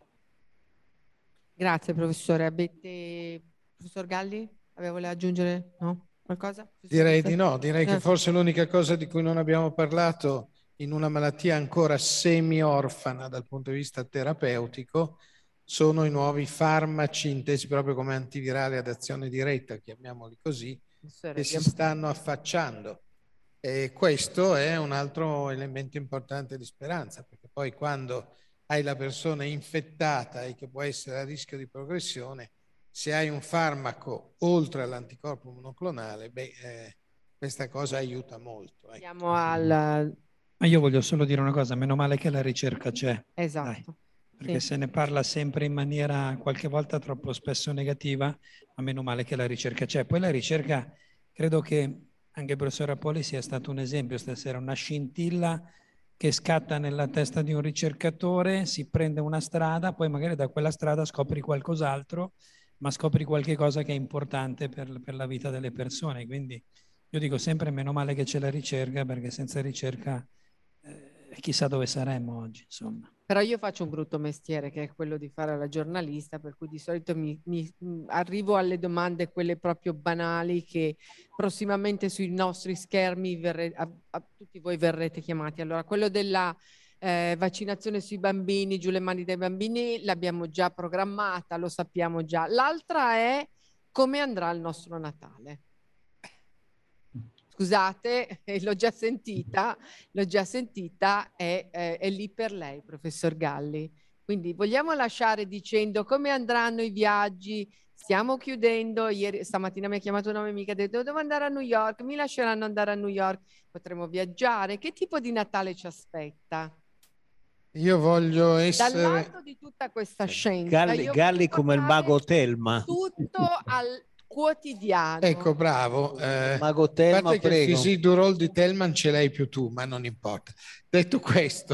Grazie professore. Avete, professor Galli, aveva da aggiungere no? qualcosa? Direi di no, direi che forse l'unica cosa di cui non abbiamo parlato in una malattia ancora semi-orfana dal punto di vista terapeutico sono i nuovi farmaci intesi proprio come antivirali ad azione diretta, chiamiamoli così, che si stanno affacciando. E questo è un altro elemento importante di speranza, perché poi quando hai la persona infettata e che può essere a rischio di progressione, se hai un farmaco oltre all'anticorpo monoclonale, beh, eh, questa cosa aiuta molto. Ecco. Andiamo al... Ma io voglio solo dire una cosa, meno male che la ricerca c'è. Esatto. Dai, perché sì. se ne parla sempre in maniera qualche volta troppo spesso negativa, ma meno male che la ricerca c'è. Poi la ricerca, credo che anche il professor Rapoli sia stato un esempio stasera, una scintilla che scatta nella testa di un ricercatore, si prende una strada, poi magari da quella strada scopri qualcos'altro, ma scopri qualche cosa che è importante per, per la vita delle persone. Quindi io dico sempre meno male che c'è la ricerca, perché senza ricerca eh, chissà dove saremmo oggi, insomma. Però io faccio un brutto mestiere, che è quello di fare la giornalista, per cui di solito mi, mi arrivo alle domande quelle proprio banali che prossimamente sui nostri schermi verre, a, a tutti voi verrete chiamati. Allora, quello della eh, vaccinazione sui bambini, giù le mani dai bambini, l'abbiamo già programmata, lo sappiamo già. L'altra è come andrà il nostro Natale. Scusate, l'ho già sentita, l'ho già sentita, è, è, è lì per lei, professor Galli. Quindi vogliamo lasciare dicendo come andranno i viaggi, stiamo chiudendo, ieri, stamattina mi ha chiamato una mia amica e ha detto devo andare a New York, mi lasceranno andare a New York, potremo viaggiare, che tipo di Natale ci aspetta? Io voglio essere... Dall'alto di tutta questa scienza, Galli, io Galli come il mago Telma. tutto al quotidiano. Ecco, bravo. Eh, mago Telma, che prego. il physique du rôle di Telman ce l'hai più tu, ma non importa. Detto questo,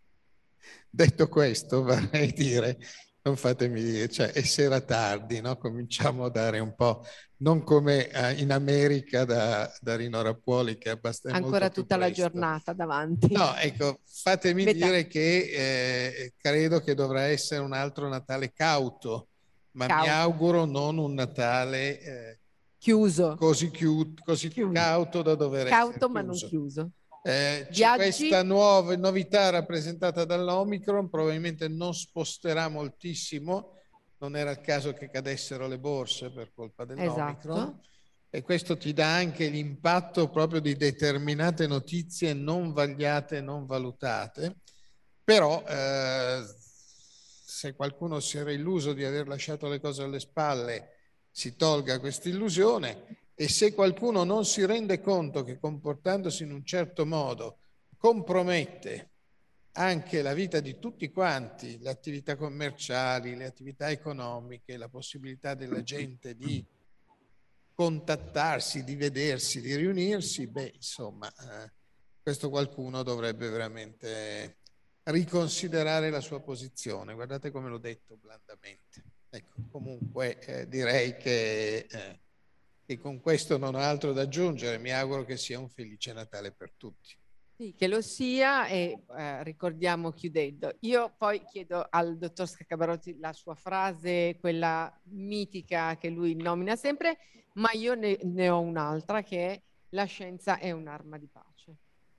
detto questo, vorrei dire, non fatemi dire, cioè è sera tardi, no? Cominciamo a dare un po', non come eh, in America da, da Rino Rappuoli, che è abbastanza ancora tutta la giornata davanti. No, ecco, fatemi Metà. dire che eh, credo che dovrà essere un altro Natale cauto, ma Cauto. mi auguro non un Natale eh, chiuso, così, chiu- così chiuso. cauto da dover cauto essere ma non chiuso. Eh, Viaggi... Questa nuova novità rappresentata dall'Omicron probabilmente non sposterà moltissimo, non era il caso che cadessero le borse per colpa dell'Omicron. Esatto. E questo ti dà anche l'impatto proprio di determinate notizie non vagliate, non valutate. Però eh, se qualcuno si era illuso di aver lasciato le cose alle spalle, si tolga questa illusione. E se qualcuno non si rende conto che comportandosi in un certo modo compromette anche la vita di tutti quanti, le attività commerciali, le attività economiche, la possibilità della gente di contattarsi, di vedersi, di riunirsi, beh, insomma, eh, questo qualcuno dovrebbe veramente riconsiderare la sua posizione. Guardate come l'ho detto blandamente. Ecco, comunque eh, direi che, eh, che con questo non ho altro da aggiungere. Mi auguro che sia un felice Natale per tutti. Sì, che lo sia e eh, ricordiamo chiudendo. Io poi chiedo al dottor Scaccabarotti la sua frase, quella mitica che lui nomina sempre, ma io ne, ne ho un'altra che è: la scienza è un'arma di pace.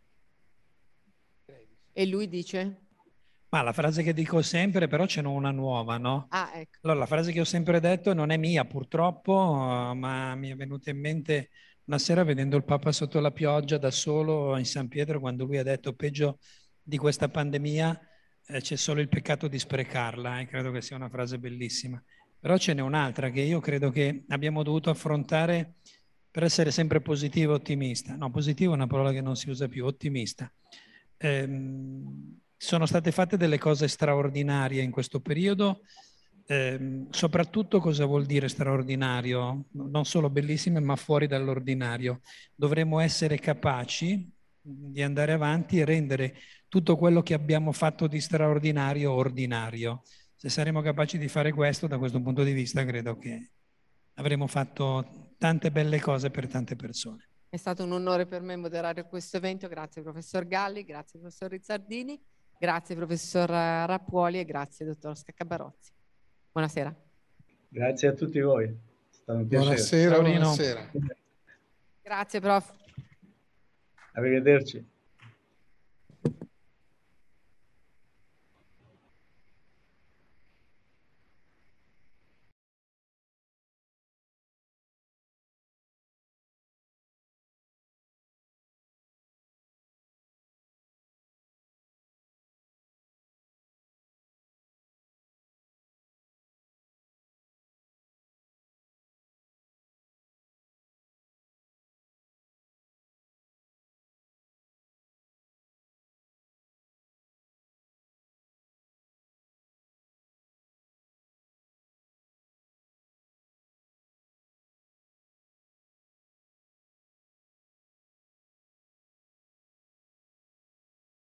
E lui dice? Ma la frase che dico sempre, però ce n'ho una nuova, no? Ah, ecco. Allora, la frase che ho sempre detto non è mia purtroppo, ma mi è venuta in mente una sera vedendo il Papa sotto la pioggia da solo in San Pietro, quando lui ha detto peggio di questa pandemia eh, c'è solo il peccato di sprecarla, e credo che sia una frase bellissima. Però ce n'è un'altra che io credo che abbiamo dovuto affrontare per essere sempre positivo e ottimista. No, positivo è una parola che non si usa più, ottimista. Ehm, sono state fatte delle cose straordinarie in questo periodo. Eh, soprattutto cosa vuol dire straordinario? Non solo bellissime, ma fuori dall'ordinario. Dovremmo essere capaci di andare avanti e rendere tutto quello che abbiamo fatto di straordinario ordinario. Se saremo capaci di fare questo, da questo punto di vista, credo che avremo fatto tante belle cose per tante persone. È stato un onore per me moderare questo evento. Grazie professor Galli, grazie professor Rizzardini, grazie professor Rappuoli e grazie dottor Scaccabarozzi. Buonasera. Grazie a tutti voi, è stato un piacere. Buonasera, Ciao, Rino. buonasera. Grazie prof. Arrivederci.